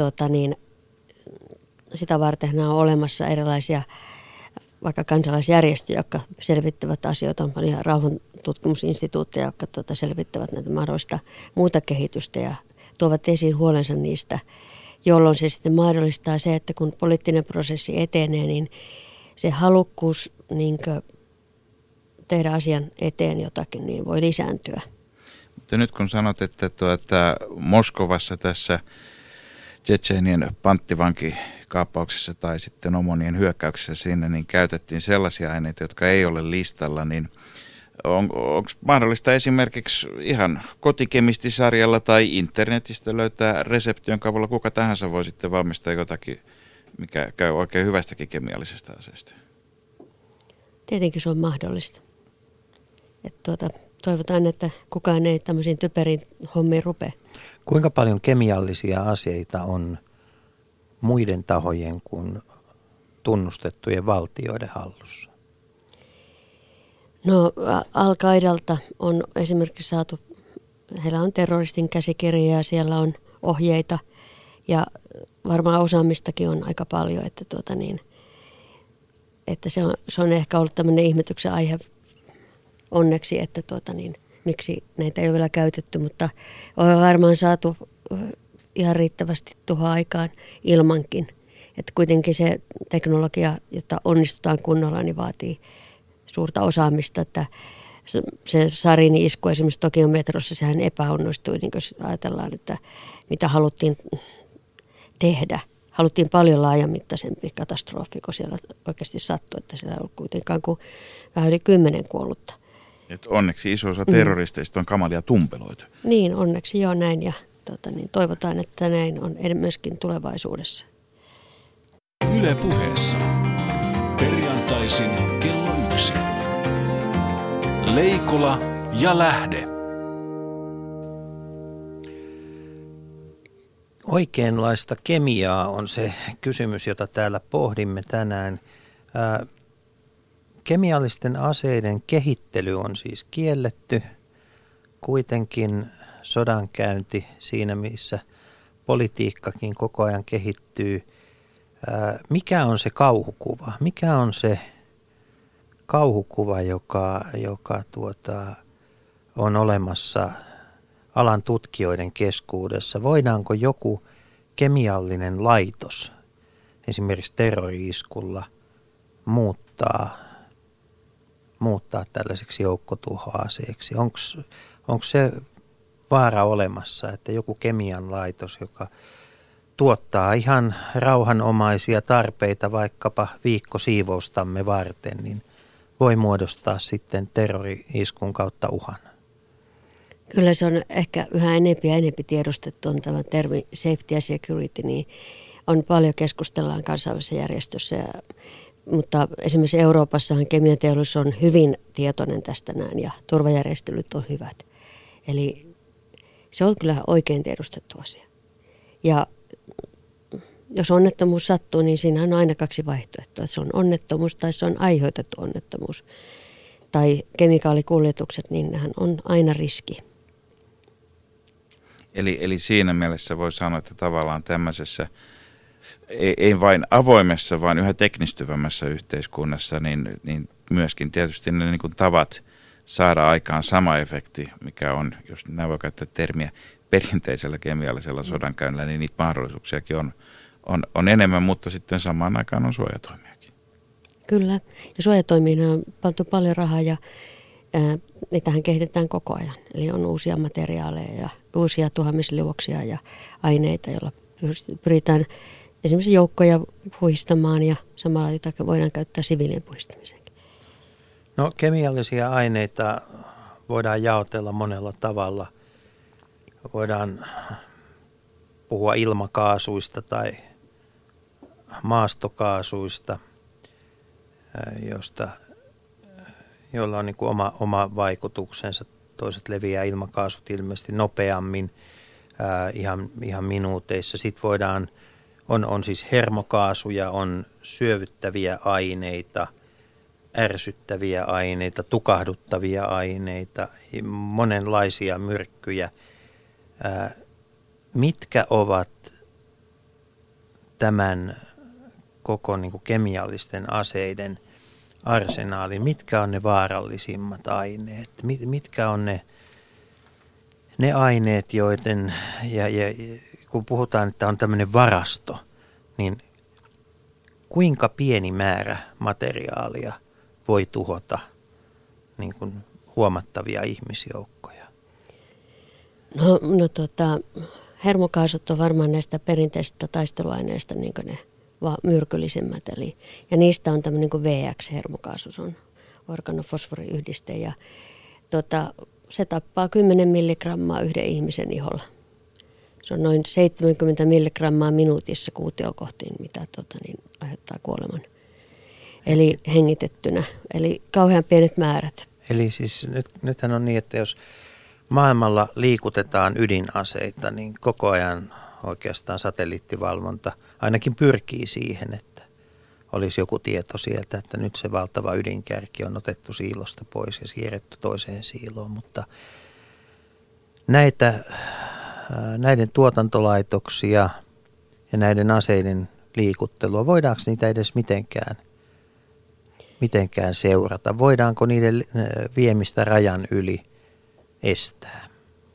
F: sitä varten on olemassa erilaisia vaikka kansalaisjärjestöjä, jotka selvittävät asioita, on paljon rauhantutkimusinstituutteja, jotka selvittävät näitä mahdollista muuta kehitystä ja tuovat esiin huolensa niistä, jolloin se sitten mahdollistaa se, että kun poliittinen prosessi etenee, niin se halukkuus tehdä asian eteen jotakin, niin voi lisääntyä.
E: Mutta nyt kun sanot, että Moskovassa tässä Tšetšenien panttivankikaappauksessa tai sitten Omonien hyökkäyksessä sinne, niin käytettiin sellaisia aineita, jotka ei ole listalla, niin onko mahdollista esimerkiksi ihan kotikemistisarjalla tai internetistä löytää resepti, jonka avulla kuka tahansa voi sitten valmistaa jotakin, mikä käy oikein hyvästäkin kemiallisesta aseesta?
F: Tietenkin se on mahdollista. Toivotaan, että kukaan ei tämmöisiin typeriin hommiin rupea.
D: Kuinka paljon kemiallisia aseita on muiden tahojen kuin tunnustettujen valtioiden hallussa?
F: No Al-Qaidalta on esimerkiksi saatu, heillä on terroristin käsikirja ja siellä on ohjeita ja varmaan osaamistakin on aika paljon, että se on ehkä ollut tämmöinen ihmetyksen aihe onneksi, että miksi näitä ei ole vielä käytetty, mutta on varmaan saatu ihan riittävästi tuohon aikaan ilmankin. Että kuitenkin se teknologia, jota onnistutaan kunnolla, niin vaatii suurta osaamista, että se Sarinin isku esimerkiksi Tokion metrossa, sehän epäonnistui, niin jos ajatellaan, että mitä haluttiin tehdä. Haluttiin paljon laajamittaisempi katastrofi, kun siellä oikeasti sattui, että siellä oli kuitenkaan kuin vähän yli 10 kuollutta.
E: Et onneksi iso osa terroristeista on kamalia tumpeloita.
F: Niin, onneksi joo näin ja toivotaan, että näin on myöskin tulevaisuudessa.
B: Yle Puheessa. Perjantaisin kello 1. Leikola ja Lähde.
D: Oikeanlaista kemiaa on se kysymys, jota täällä pohdimme tänään. Kemiallisten aseiden kehittely on siis kielletty. Kuitenkin sodankäynti siinä, missä politiikkakin koko ajan kehittyy. Mikä on se kauhukuva? Mikä on se kauhukuva, joka on olemassa alan tutkijoiden keskuudessa? Voidaanko joku kemiallinen laitos, esimerkiksi terrori-iskulla, muuttaa tällaiseksi joukkotuhoaseeksi? Onko se vaara olemassa, että joku kemian laitos, joka tuottaa ihan rauhanomaisia tarpeita vaikkapa viikkosiivoustamme varten, niin voi muodostaa sitten terrori-iskun kautta uhan?
F: Kyllä se on ehkä yhä enempi ja enempi tiedostettu on tämä termi safety ja security, niin on paljon keskustellaan kansainvälisessä järjestössä ja Mutta esimerkiksi Euroopassahan kemianteollisuus on hyvin tietoinen tästä näin ja turvajärjestelyt on hyvät. Eli se on kyllä oikein tiedostettu asia. Ja jos onnettomuus sattuu, niin siinä on aina kaksi vaihtoehtoa. Se on onnettomuus tai se on aiheutettu onnettomuus. Tai kemikaalikuljetukset, niin nehän on aina riski.
E: Eli siinä mielessä voi sanoa, että tavallaan tämmöisessä, ei vain avoimessa, vaan yhä teknistyvämmässä yhteiskunnassa, niin myöskin tietysti ne niin kuin tavat saada aikaan sama efekti, mikä on, jos näin voi käyttää termiä, perinteisellä kemiallisella sodankäynnillä, niin niitä mahdollisuuksiakin on enemmän, mutta sitten samaan aikaan on suojatoimiakin.
F: Kyllä, ja suojatoimiin on pantu paljon rahaa ja niitähän kehitetään koko ajan. Eli on uusia materiaaleja ja uusia tuhoamisliuoksia ja aineita, joilla pyritään esimerkiksi joukkoja puhistamaan ja samalla jotakin voidaan käyttää siviilien puhistamiseenkin.
D: No kemiallisia aineita voidaan jaotella monella tavalla. Voidaan puhua ilmakaasuista tai maastokaasuista, joilla on niin kuin oma vaikutuksensa. Toiset leviää ilmakaasut ilmeisesti nopeammin, ihan minuuteissa. Sitten on siis hermokaasuja, on syövyttäviä aineita, ärsyttäviä aineita, tukahduttavia aineita, monenlaisia myrkkyjä. Mitkä ovat tämän koko niin kuin kemiallisten aseiden arsenaali, mitkä on ne vaarallisimmat aineet, mitkä on ne aineet, joiden, ja kun puhutaan, että on tämmöinen varasto, niin kuinka pieni määrä materiaalia voi tuhota niin kuin huomattavia ihmisjoukkoja?
F: Hermokaasut on varmaan näistä perinteisistä taisteluaineista niin kuin ne myrkyllisimmät. Ja niistä on tämmöinen kuin VX-hermokaasu, se on organofosforiyhdiste. Ja se tappaa 10 milligrammaa yhden ihmisen iholla. Se on noin 70 milligrammaa minuutissa kuutio kohtiin, mitä aiheuttaa kuoleman. Eli hengitettynä. Eli kauhean pienet määrät.
D: Eli siis nythän on niin, että jos maailmalla liikutetaan ydinaseita, niin koko ajan oikeastaan satelliittivalvonta ainakin pyrkii siihen, että olisi joku tieto sieltä, että nyt se valtava ydinkärki on otettu siilosta pois ja siirretty toiseen siiloon, mutta näiden tuotantolaitoksia ja näiden aseiden liikuttelua, voidaanko niitä edes mitenkään seurata? Voidaanko niiden viemistä rajan yli estää?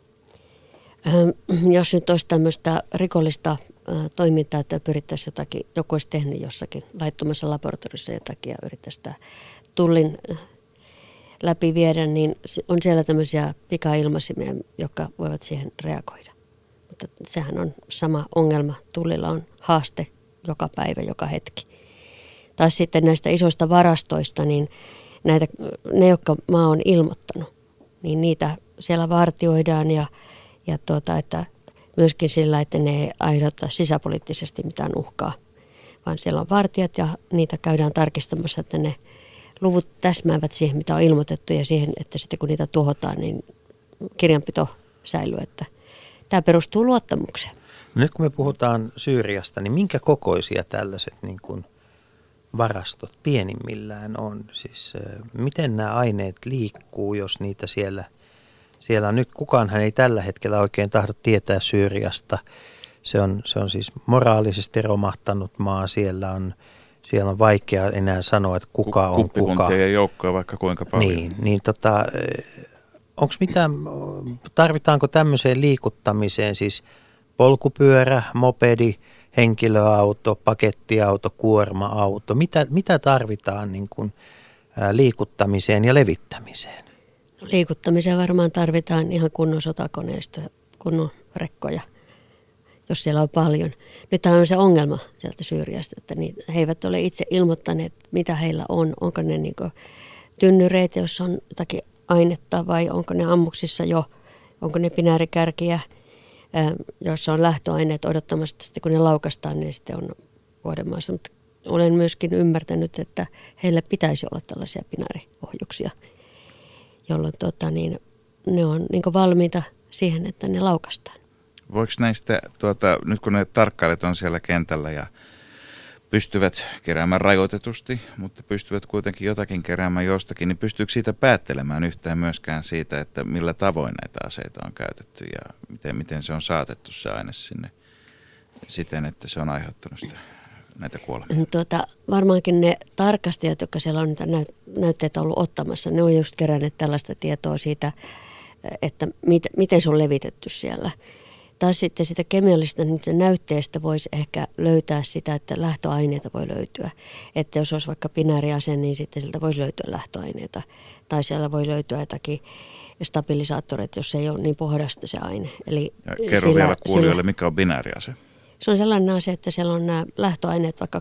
F: Jos nyt olisi tämmöistä rikollista toimintaa, että pyrittäisiin joku olisi tehnyt jossakin laittomassa laboratoriossa jotakin ja yrittäisi sitä tullin läpi viedä, niin on siellä tämmöisiä pikailmaisimia, jotka voivat siihen reagoida. Mutta sehän on sama ongelma. Tullilla on haaste joka päivä, joka hetki. Tai sitten näistä isoista varastoista, niin ne, jotka maa on ilmoittanut, niin niitä siellä vartioidaan ja että myöskin sillä, että ne ei aiheuta sisäpoliittisesti mitään uhkaa, vaan siellä on vartijat ja niitä käydään tarkistamassa, että ne luvut täsmäävät siihen, mitä on ilmoitettu ja siihen, että sitten kun niitä tuhotaan, niin kirjanpito säilyy, että tämä perustuu luottamukseen.
D: Nyt kun me puhutaan Syyriasta, niin minkä kokoisia tällaiset niin kuin varastot pienimmillään on? Siis miten nämä aineet liikkuu, jos niitä siellä on nyt? Kukaanhan ei tällä hetkellä oikein tahdo tietää Syyriasta. Se on siis moraalisesti romahtanut maa. Siellä on vaikea enää sanoa, että kuka on kuka.
E: Kuppikuntia ja joukkoja vaikka kuinka paljon.
D: Tarvitaanko tämmöiseen liikuttamiseen siis polkupyörä, mopedi, henkilöauto, pakettiauto, kuorma-auto? Mitä tarvitaan niin kuin liikuttamiseen ja levittämiseen?
F: No, liikuttamiseen varmaan tarvitaan ihan kunnon sotakoneista, kunnon rekkoja, jos siellä on paljon. Nythän on se ongelma sieltä Syyriasta, että he eivät ole itse ilmoittaneet, mitä heillä on. Onko ne niin kuin tynnyreitä, jossa on jotakin ainetta vai onko ne ammuksissa jo, onko ne binäärikärkiä, joissa on lähtöaineet odottamassa, että sitten kun ne laukastaan, niin sitten on vuodemaassa. Mutta olen myöskin ymmärtänyt, että heillä pitäisi olla tällaisia binaariohjuksia, jolloin ne on niin kuin valmiita siihen, että ne laukaistaan.
E: Voiko näistä, nyt kun ne tarkkailijat on siellä kentällä ja pystyvät keräämään rajoitetusti, mutta pystyvät kuitenkin jotakin keräämään jostakin, niin pystyykö siitä päättelemään yhtään myöskään siitä, että millä tavoin näitä aseita on käytetty ja miten se on saatettu se aine sinne siten, että se on aiheuttanut näitä kuolemia?
F: Varmaankin ne tarkastajat, jotka siellä on niitä näytteitä ollut ottamassa, ne on just keränneet tällaista tietoa siitä, että miten se on levitetty siellä. Tai sitten sitä kemiallisesta niin näytteestä voisi ehkä löytää sitä, että lähtöaineita voi löytyä. Että jos olisi vaikka binääriase, niin sitten siltä voisi löytyä lähtöaineita. Tai siellä voi löytyä jotakin stabilisaattoreita, jos ei ole niin puhdasta se aine. Eli
E: kerro vielä kuulijoille, mikä on binääriase?
F: Se on sellainen asia, että siellä on nämä lähtöaineet, vaikka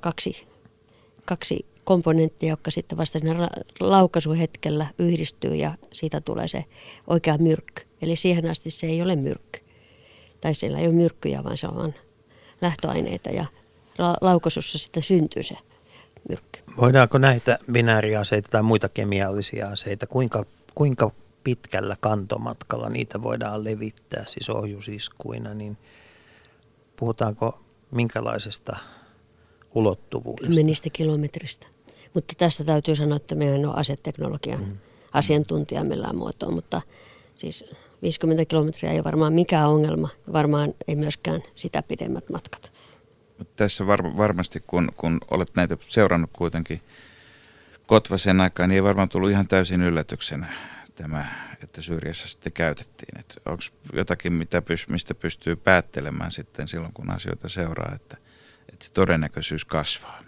F: kaksi komponenttia, jotka sitten vasta siinä laukaisuhetkellä yhdistyy ja siitä tulee se oikea myrkky. Eli siihen asti se ei ole myrkky. Tai siellä ei ole myrkkyjä, vaan se on vain lähtöaineita ja laukaisussa sitten syntyy se myrkky.
D: Voidaanko näitä binääriaseita tai muita kemiallisia aseita, kuinka pitkällä kantomatkalla niitä voidaan levittää, siis ohjusiskuina, niin puhutaanko minkälaisesta ulottuvuudesta?
F: Kymmenistä kilometristä. Mutta tässä täytyy sanoa, että minä en ole aseteknologian asiantuntija millään muotoa, mutta siis 50 kilometriä ei ole varmaan mikään ongelma, varmaan ei myöskään sitä pidemmät matkat.
E: Tässä varmasti, kun olet näitä seurannut kuitenkin Kotvasen aikaan, niin ei varmaan tullut ihan täysin yllätyksenä tämä, että Syyriassa sitten käytettiin. Onko jotakin, mistä pystyy päättelemään sitten silloin, kun asioita seuraa, että se todennäköisyys kasvaa?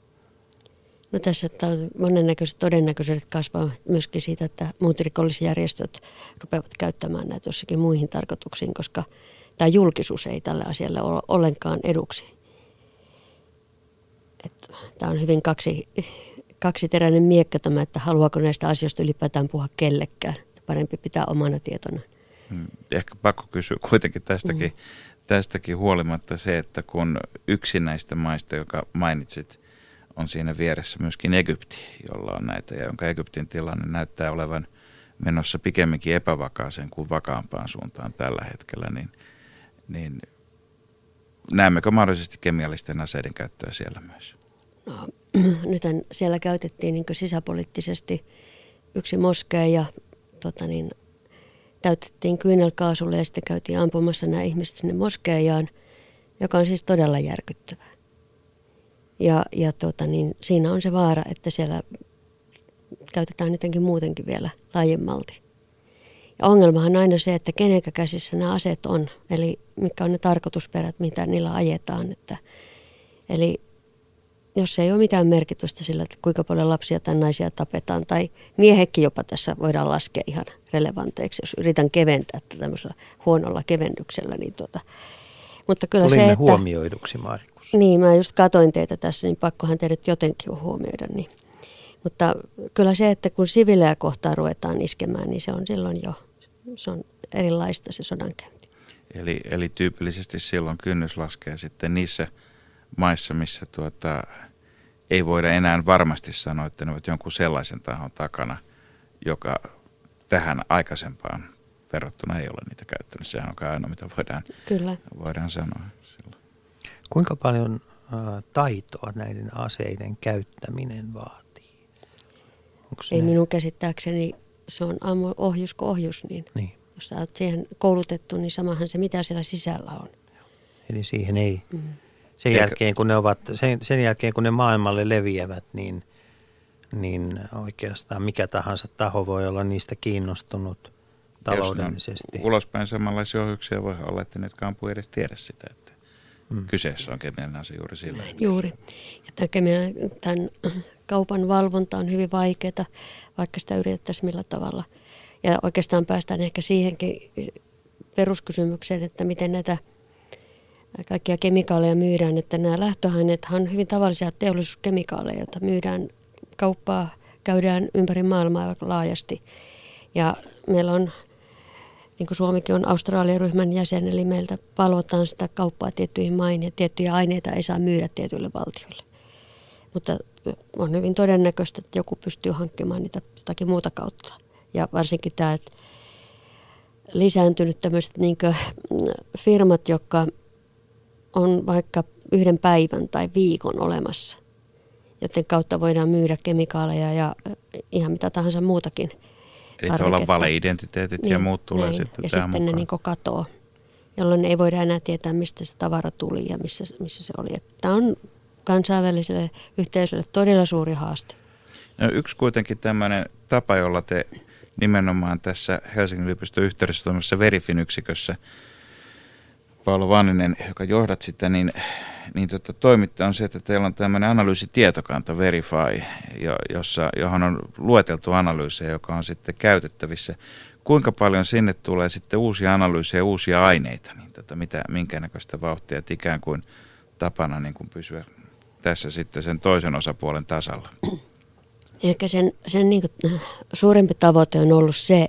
F: No tässä monennäköiset todennäköisyydet kasvaa myöskin siitä, että muut rikollisjärjestöt rupeavat käyttämään näitä jossakin muihin tarkoituksiin, koska tämä julkisuus ei tälle asialle ole ollenkaan eduksi. Tämä on hyvin kaksiteräinen miekka tämä, että haluaako näistä asioista ylipäätään puhua kellekään. Parempi pitää omana tietona.
E: Ehkä pakko kysyä kuitenkin tästäkin huolimatta se, että kun yksi näistä maista, joka mainitsit, on siinä vieressä myöskin Egypti, jolla on näitä, ja jonka Egyptin tilanne näyttää olevan menossa pikemminkin epävakaaseen kuin vakaampaan suuntaan tällä hetkellä, niin näemmekö mahdollisesti kemiallisten aseiden käyttöä siellä myös?
F: No, nythän siellä käytettiin niin sisäpoliittisesti yksi moskeija täytettiin kyynelkaasulle ja sitten käytiin ampumassa nämä ihmiset sinne moskeijaan, joka on siis todella järkyttävää. Ja siinä on se vaara, että siellä käytetään jotenkin muutenkin vielä laajemmalti. Ja ongelmahan on aina se, että kenenkä käsissä nämä aseet on, eli mitkä on ne tarkoitusperät, mitä niillä ajetaan. Eli jos ei ole mitään merkitystä sillä, että kuinka paljon lapsia tai naisia tapetaan, tai miehekin jopa tässä voidaan laskea ihan relevanteiksi, jos yritän keventää tämmöisellä huonolla kevennyksellä. Mutta kyllä
D: tulimme
F: se, että
D: huomioiduksi, Markus.
F: Niin, mä just katoin teitä tässä, niin pakkohan teidät jotenkin huomioida. Niin. Mutta kyllä se, että kun siviilejä kohtaan ruvetaan iskemään, niin se on silloin jo, se on erilaista se sodankäynti.
E: Eli tyypillisesti silloin kynnys laskee sitten niissä maissa, missä ei voida enää varmasti sanoa, että ne ovat jonkun sellaisen tahon takana, joka tähän aikaisempaan verrattuna ei ole niitä käyttänyt. Sehän on ainoa, mitä voidaan sanoa silloin.
D: Kuinka paljon taitoa näiden aseiden käyttäminen vaatii?
F: Ei minun käsittääkseni, se on ohjus kuin ohjus, niin jos sä oot siihen koulutettu, niin samahan se mitä siellä sisällä on.
D: Eli siihen ei. Sen jälkeen kun ne maailmalle leviävät, niin oikeastaan mikä tahansa taho voi olla niistä kiinnostunut taloudellisesti.
E: Ulospäin samanlaisia ohjuksia voi olla, että ne, jotka ampuu edes tiedä sitä, että kyseessä on kemiallinen asia juuri sillä.
F: Juuri. Ja tämän kaupan valvonta on hyvin vaikeaa, vaikka sitä yritettäisiin millä tavalla. Ja oikeastaan päästään ehkä siihenkin peruskysymykseen, että miten näitä kaikkia kemikaaleja myydään, että nämä lähtöaineethan on hyvin tavallisia teollisuuskemikaaleja, joita myydään kauppaa, käydään ympäri maailmaa laajasti. Ja meillä on, niin kuin Suomikin on Australia-ryhmän jäsen, eli meiltä valvotaan sitä kauppaa tiettyihin maihin ja tiettyjä aineita ei saa myydä tietyille valtioille. mutta on hyvin todennäköistä, että joku pystyy hankkimaan niitä jotakin muuta kautta. Ja varsinkin tämä, että lisääntynyt tämmöiset niin firmat, jotka on vaikka 1 päivän tai viikon olemassa, joten kautta voidaan myydä kemikaaleja ja ihan mitä tahansa muutakin.
E: Eli tavallaan valeidentiteetit ja muut tulee
F: näin.
E: sitten
F: ja
E: tähän
F: sitten
E: mukaan.
F: ne niin katoo, jolloin ei voida enää tietää, mistä se tavara tuli ja missä se oli. Tämä on kansainväliselle yhteisölle todella suuri haaste.
E: No, yksi kuitenkin tämmöinen tapa, jolla te nimenomaan tässä Helsingin yliopiston yhteydessä tuommoisessa Verifin yksikössä, Paolo Vanninen, joka johdat sitä, niin toimitte on se, että teillä on tämmöinen analyysitietokanta Verify, johon on lueteltu analyysejä, joka on sitten käytettävissä. Kuinka paljon sinne tulee sitten uusia analyysejä, uusia aineita, niin minkä näköistä vauhtia, että ikään kuin tapana niin kuin pysyä tässä sitten sen toisen osapuolen tasalla?
F: Ehkä sen niin kuin suurempi tavoite on ollut se,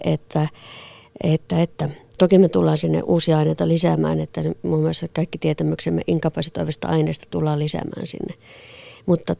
F: että toki me tullaan sinne uusia aineita lisäämään, että muun muassa kaikki tietämyksemme inkapasitoivista aineista tullaan lisäämään sinne. Mutta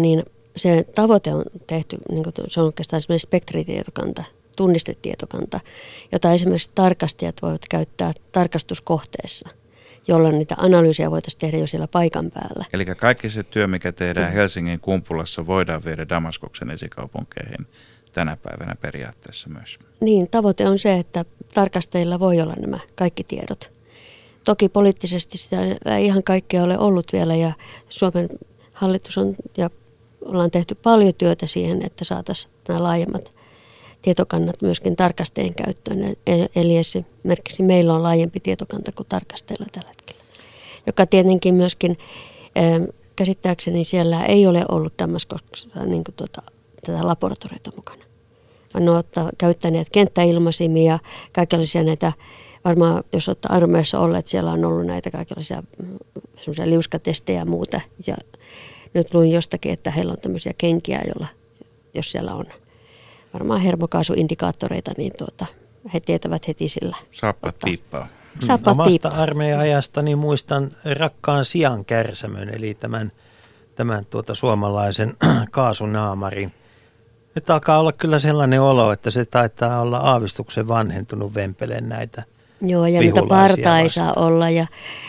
F: se tavoite on tehty, niin kuin se on oikeastaan esimerkiksi spektritietokanta, tunnistetietokanta, jota esimerkiksi tarkastajat voivat käyttää tarkastuskohteessa, jolloin niitä analyysejä voitaisiin tehdä jo siellä paikan päällä.
E: Eli kaikki se työ, mikä tehdään Helsingin Kumpulassa, voidaan viedä Damaskoksen esikaupunkeihin tänä päivänä periaatteessa myös.
F: Niin, tavoite on se, että tarkastajilla voi olla nämä kaikki tiedot. Toki poliittisesti sitä ei ihan kaikkea ole ollut vielä ja Suomen hallitus on ja ollaan tehty paljon työtä siihen, että saataisiin nämä laajemmat tietokannat myöskin tarkastajien käyttöön. Eli esimerkiksi meillä on laajempi tietokanta kuin tarkastajilla tällä hetkellä, joka tietenkin myöskin käsittääkseni siellä ei ole ollut Damaskoksessa niin tätä laboratoriota mukana. Ne ovat käyttäneet kenttäilmaisimia, kaikenlaisia näitä, varmaan jos olette armeijassa olleet, siellä on ollut näitä kaikenlaisia liuskatestejä ja muuta. Ja nyt luin jostakin, että heillä on tämmöisiä kenkiä, joilla, jos siellä on varmaan hermokaasuindikaattoreita, niin he tietävät heti sillä.
E: Saappaat piippaa.
D: Omasta armeija-ajastani muistan rakkaan sian kärsämön, eli tämän suomalaisen kaasunaamarin. Nyt alkaa olla kyllä sellainen olo, että se taitaa olla aavistuksen vanhentunut vempele näitä.
F: Joo, ja niitä parta ei saa olla. Ja,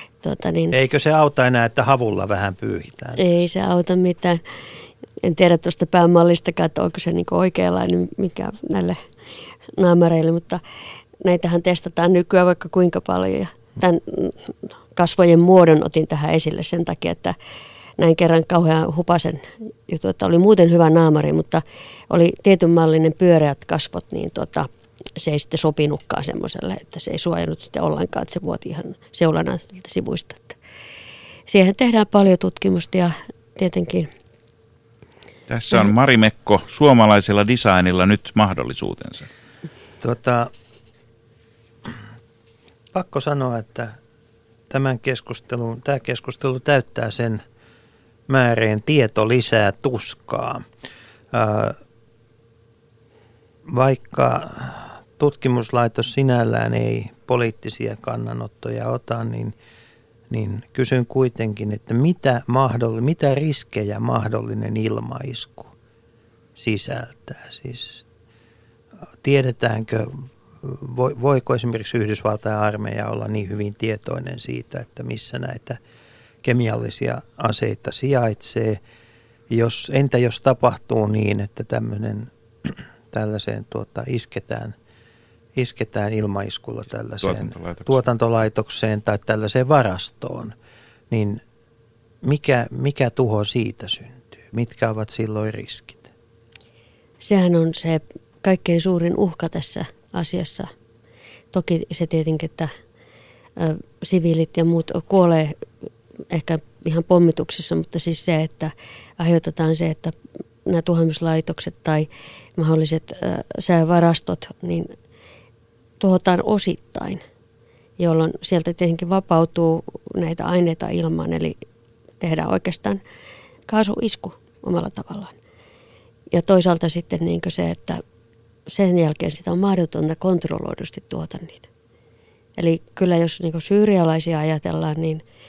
D: Eikö se auta enää, että havulla vähän pyyhitään?
F: Ei se auta mitään. En tiedä tuosta päämallistakaan, että onko se niinku oikeanlainen mikä näille naamareille, mutta näitähän testataan nykyään vaikka kuinka paljon. Ja tämän kasvojen muodon otin tähän esille sen takia, että näin kerran kauhean hupasen juttu, että oli muuten hyvä naamari, mutta oli tietynmallinen pyöreät kasvot, niin se ei sitten sopinutkaan semmoiselle, että se ei suojannut sitten ollenkaan, että se vuoti ihan seulana sivuista. Siihen tehdään paljon tutkimusta ja tietenkin.
E: Tässä on Mari Mekko, suomalaisella designilla nyt mahdollisuutensa.
D: Pakko sanoa, että tämä keskustelu täyttää sen määreen tieto lisää tuskaa. Vaikka tutkimuslaitos sinällään ei poliittisia kannanottoja ota, niin kysyn kuitenkin, että mitä riskejä mahdollinen ilmaisku sisältää? Siis tiedetäänkö, voiko esimerkiksi Yhdysvaltain armeija olla niin hyvin tietoinen siitä, että missä näitä kemiallisia aseita sijaitsee? Entä jos tapahtuu niin, että tällaiseen isketään ilmaiskulla tällaiseen tuotantolaitokseen tai tällaiseen varastoon, niin mikä tuho siitä syntyy? Mitkä ovat silloin riskit?
F: Sehän on se kaikkein suurin uhka tässä asiassa. Toki se tietenkin, että siviilit ja muut kuolee ehkä ihan pommituksissa, mutta siis se, että aiheutetaan se, että nämä tuhoamislaitokset tai mahdolliset säävarastot, niin tuhotaan osittain, jolloin sieltä tietenkin vapautuu näitä aineita ilmaan, eli tehdään oikeastaan kaasuisku omalla tavallaan. Ja toisaalta sitten niin se, että sen jälkeen sitä on mahdotonta kontrolloidusti tuhota niitä. Eli kyllä jos niin syyrialaisia ajatellaan, niin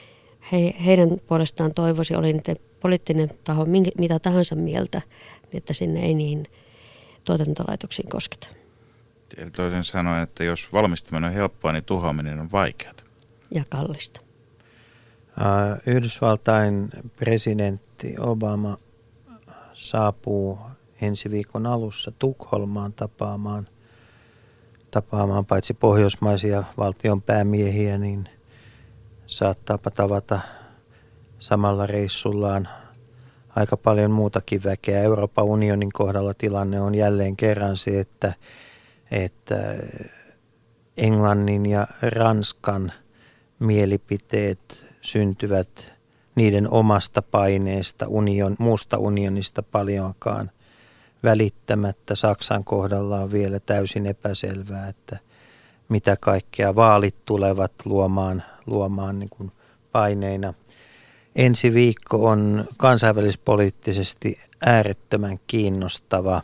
F: heidän puolestaan toivoisi, oli niiden poliittinen taho mitä tahansa mieltä, niin että sinne ei niin tuotantolaitoksiin kosketa.
E: Eli toisin sanoen, että jos valmistaminen on helppoa, niin tuhoaminen on vaikeaa.
F: Ja kallista.
D: Yhdysvaltain presidentti Obama saapuu ensi viikon alussa Tukholmaan tapaamaan paitsi pohjoismaisia valtionpäämiehiä, niin saattaapa tavata samalla reissullaan aika paljon muutakin väkeä. Euroopan unionin kohdalla tilanne on jälleen kerran se, että Englannin ja Ranskan mielipiteet syntyvät niiden omasta paineesta, muusta unionista paljonkaan välittämättä. Saksan kohdalla on vielä täysin epäselvää, että mitä kaikkea vaalit tulevat luomaan niin kuin paineina. Ensi viikko on kansainvälispoliittisesti äärettömän kiinnostava.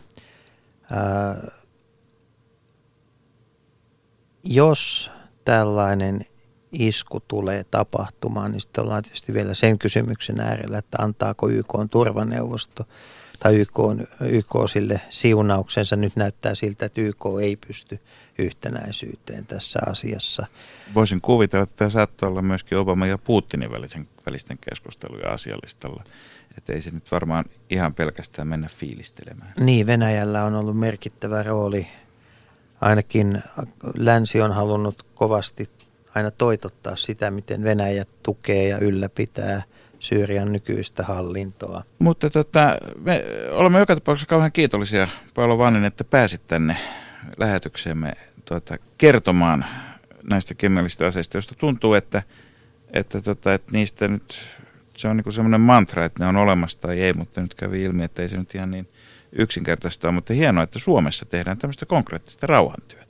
D: Jos tällainen isku tulee tapahtumaan, niin sitten ollaan tietysti vielä sen kysymyksen äärellä, että antaako YK:n turvaneuvosto tai YK sille siunauksensa. Nyt näyttää siltä, että YK ei pysty yhtenäisyyteen tässä asiassa.
E: Voisin kuvitella, että tämä saattaa olla myöskin Obama ja Putinin välisten keskustelujen asialistalla. Että ei se nyt varmaan ihan pelkästään mennä fiilistelemään.
D: Niin, Venäjällä on ollut merkittävä rooli. Ainakin länsi on halunnut kovasti aina toitottaa sitä, miten Venäjä tukee ja ylläpitää Syyrian nykyistä hallintoa.
E: Mutta me olemme joka tapauksessa kauhean kiitollisia, Paolo Vannin, että pääsit tänne lähetykseemme kertomaan näistä kemiallisista aseista, joista tuntuu, että niistä nyt se on niin kuin semmoinen mantra, että ne on olemassa tai ei, mutta nyt kävi ilmi, että ei se nyt ihan niin yksinkertaista ole, mutta hienoa, että Suomessa tehdään tämmöistä konkreettista rauhantyötä.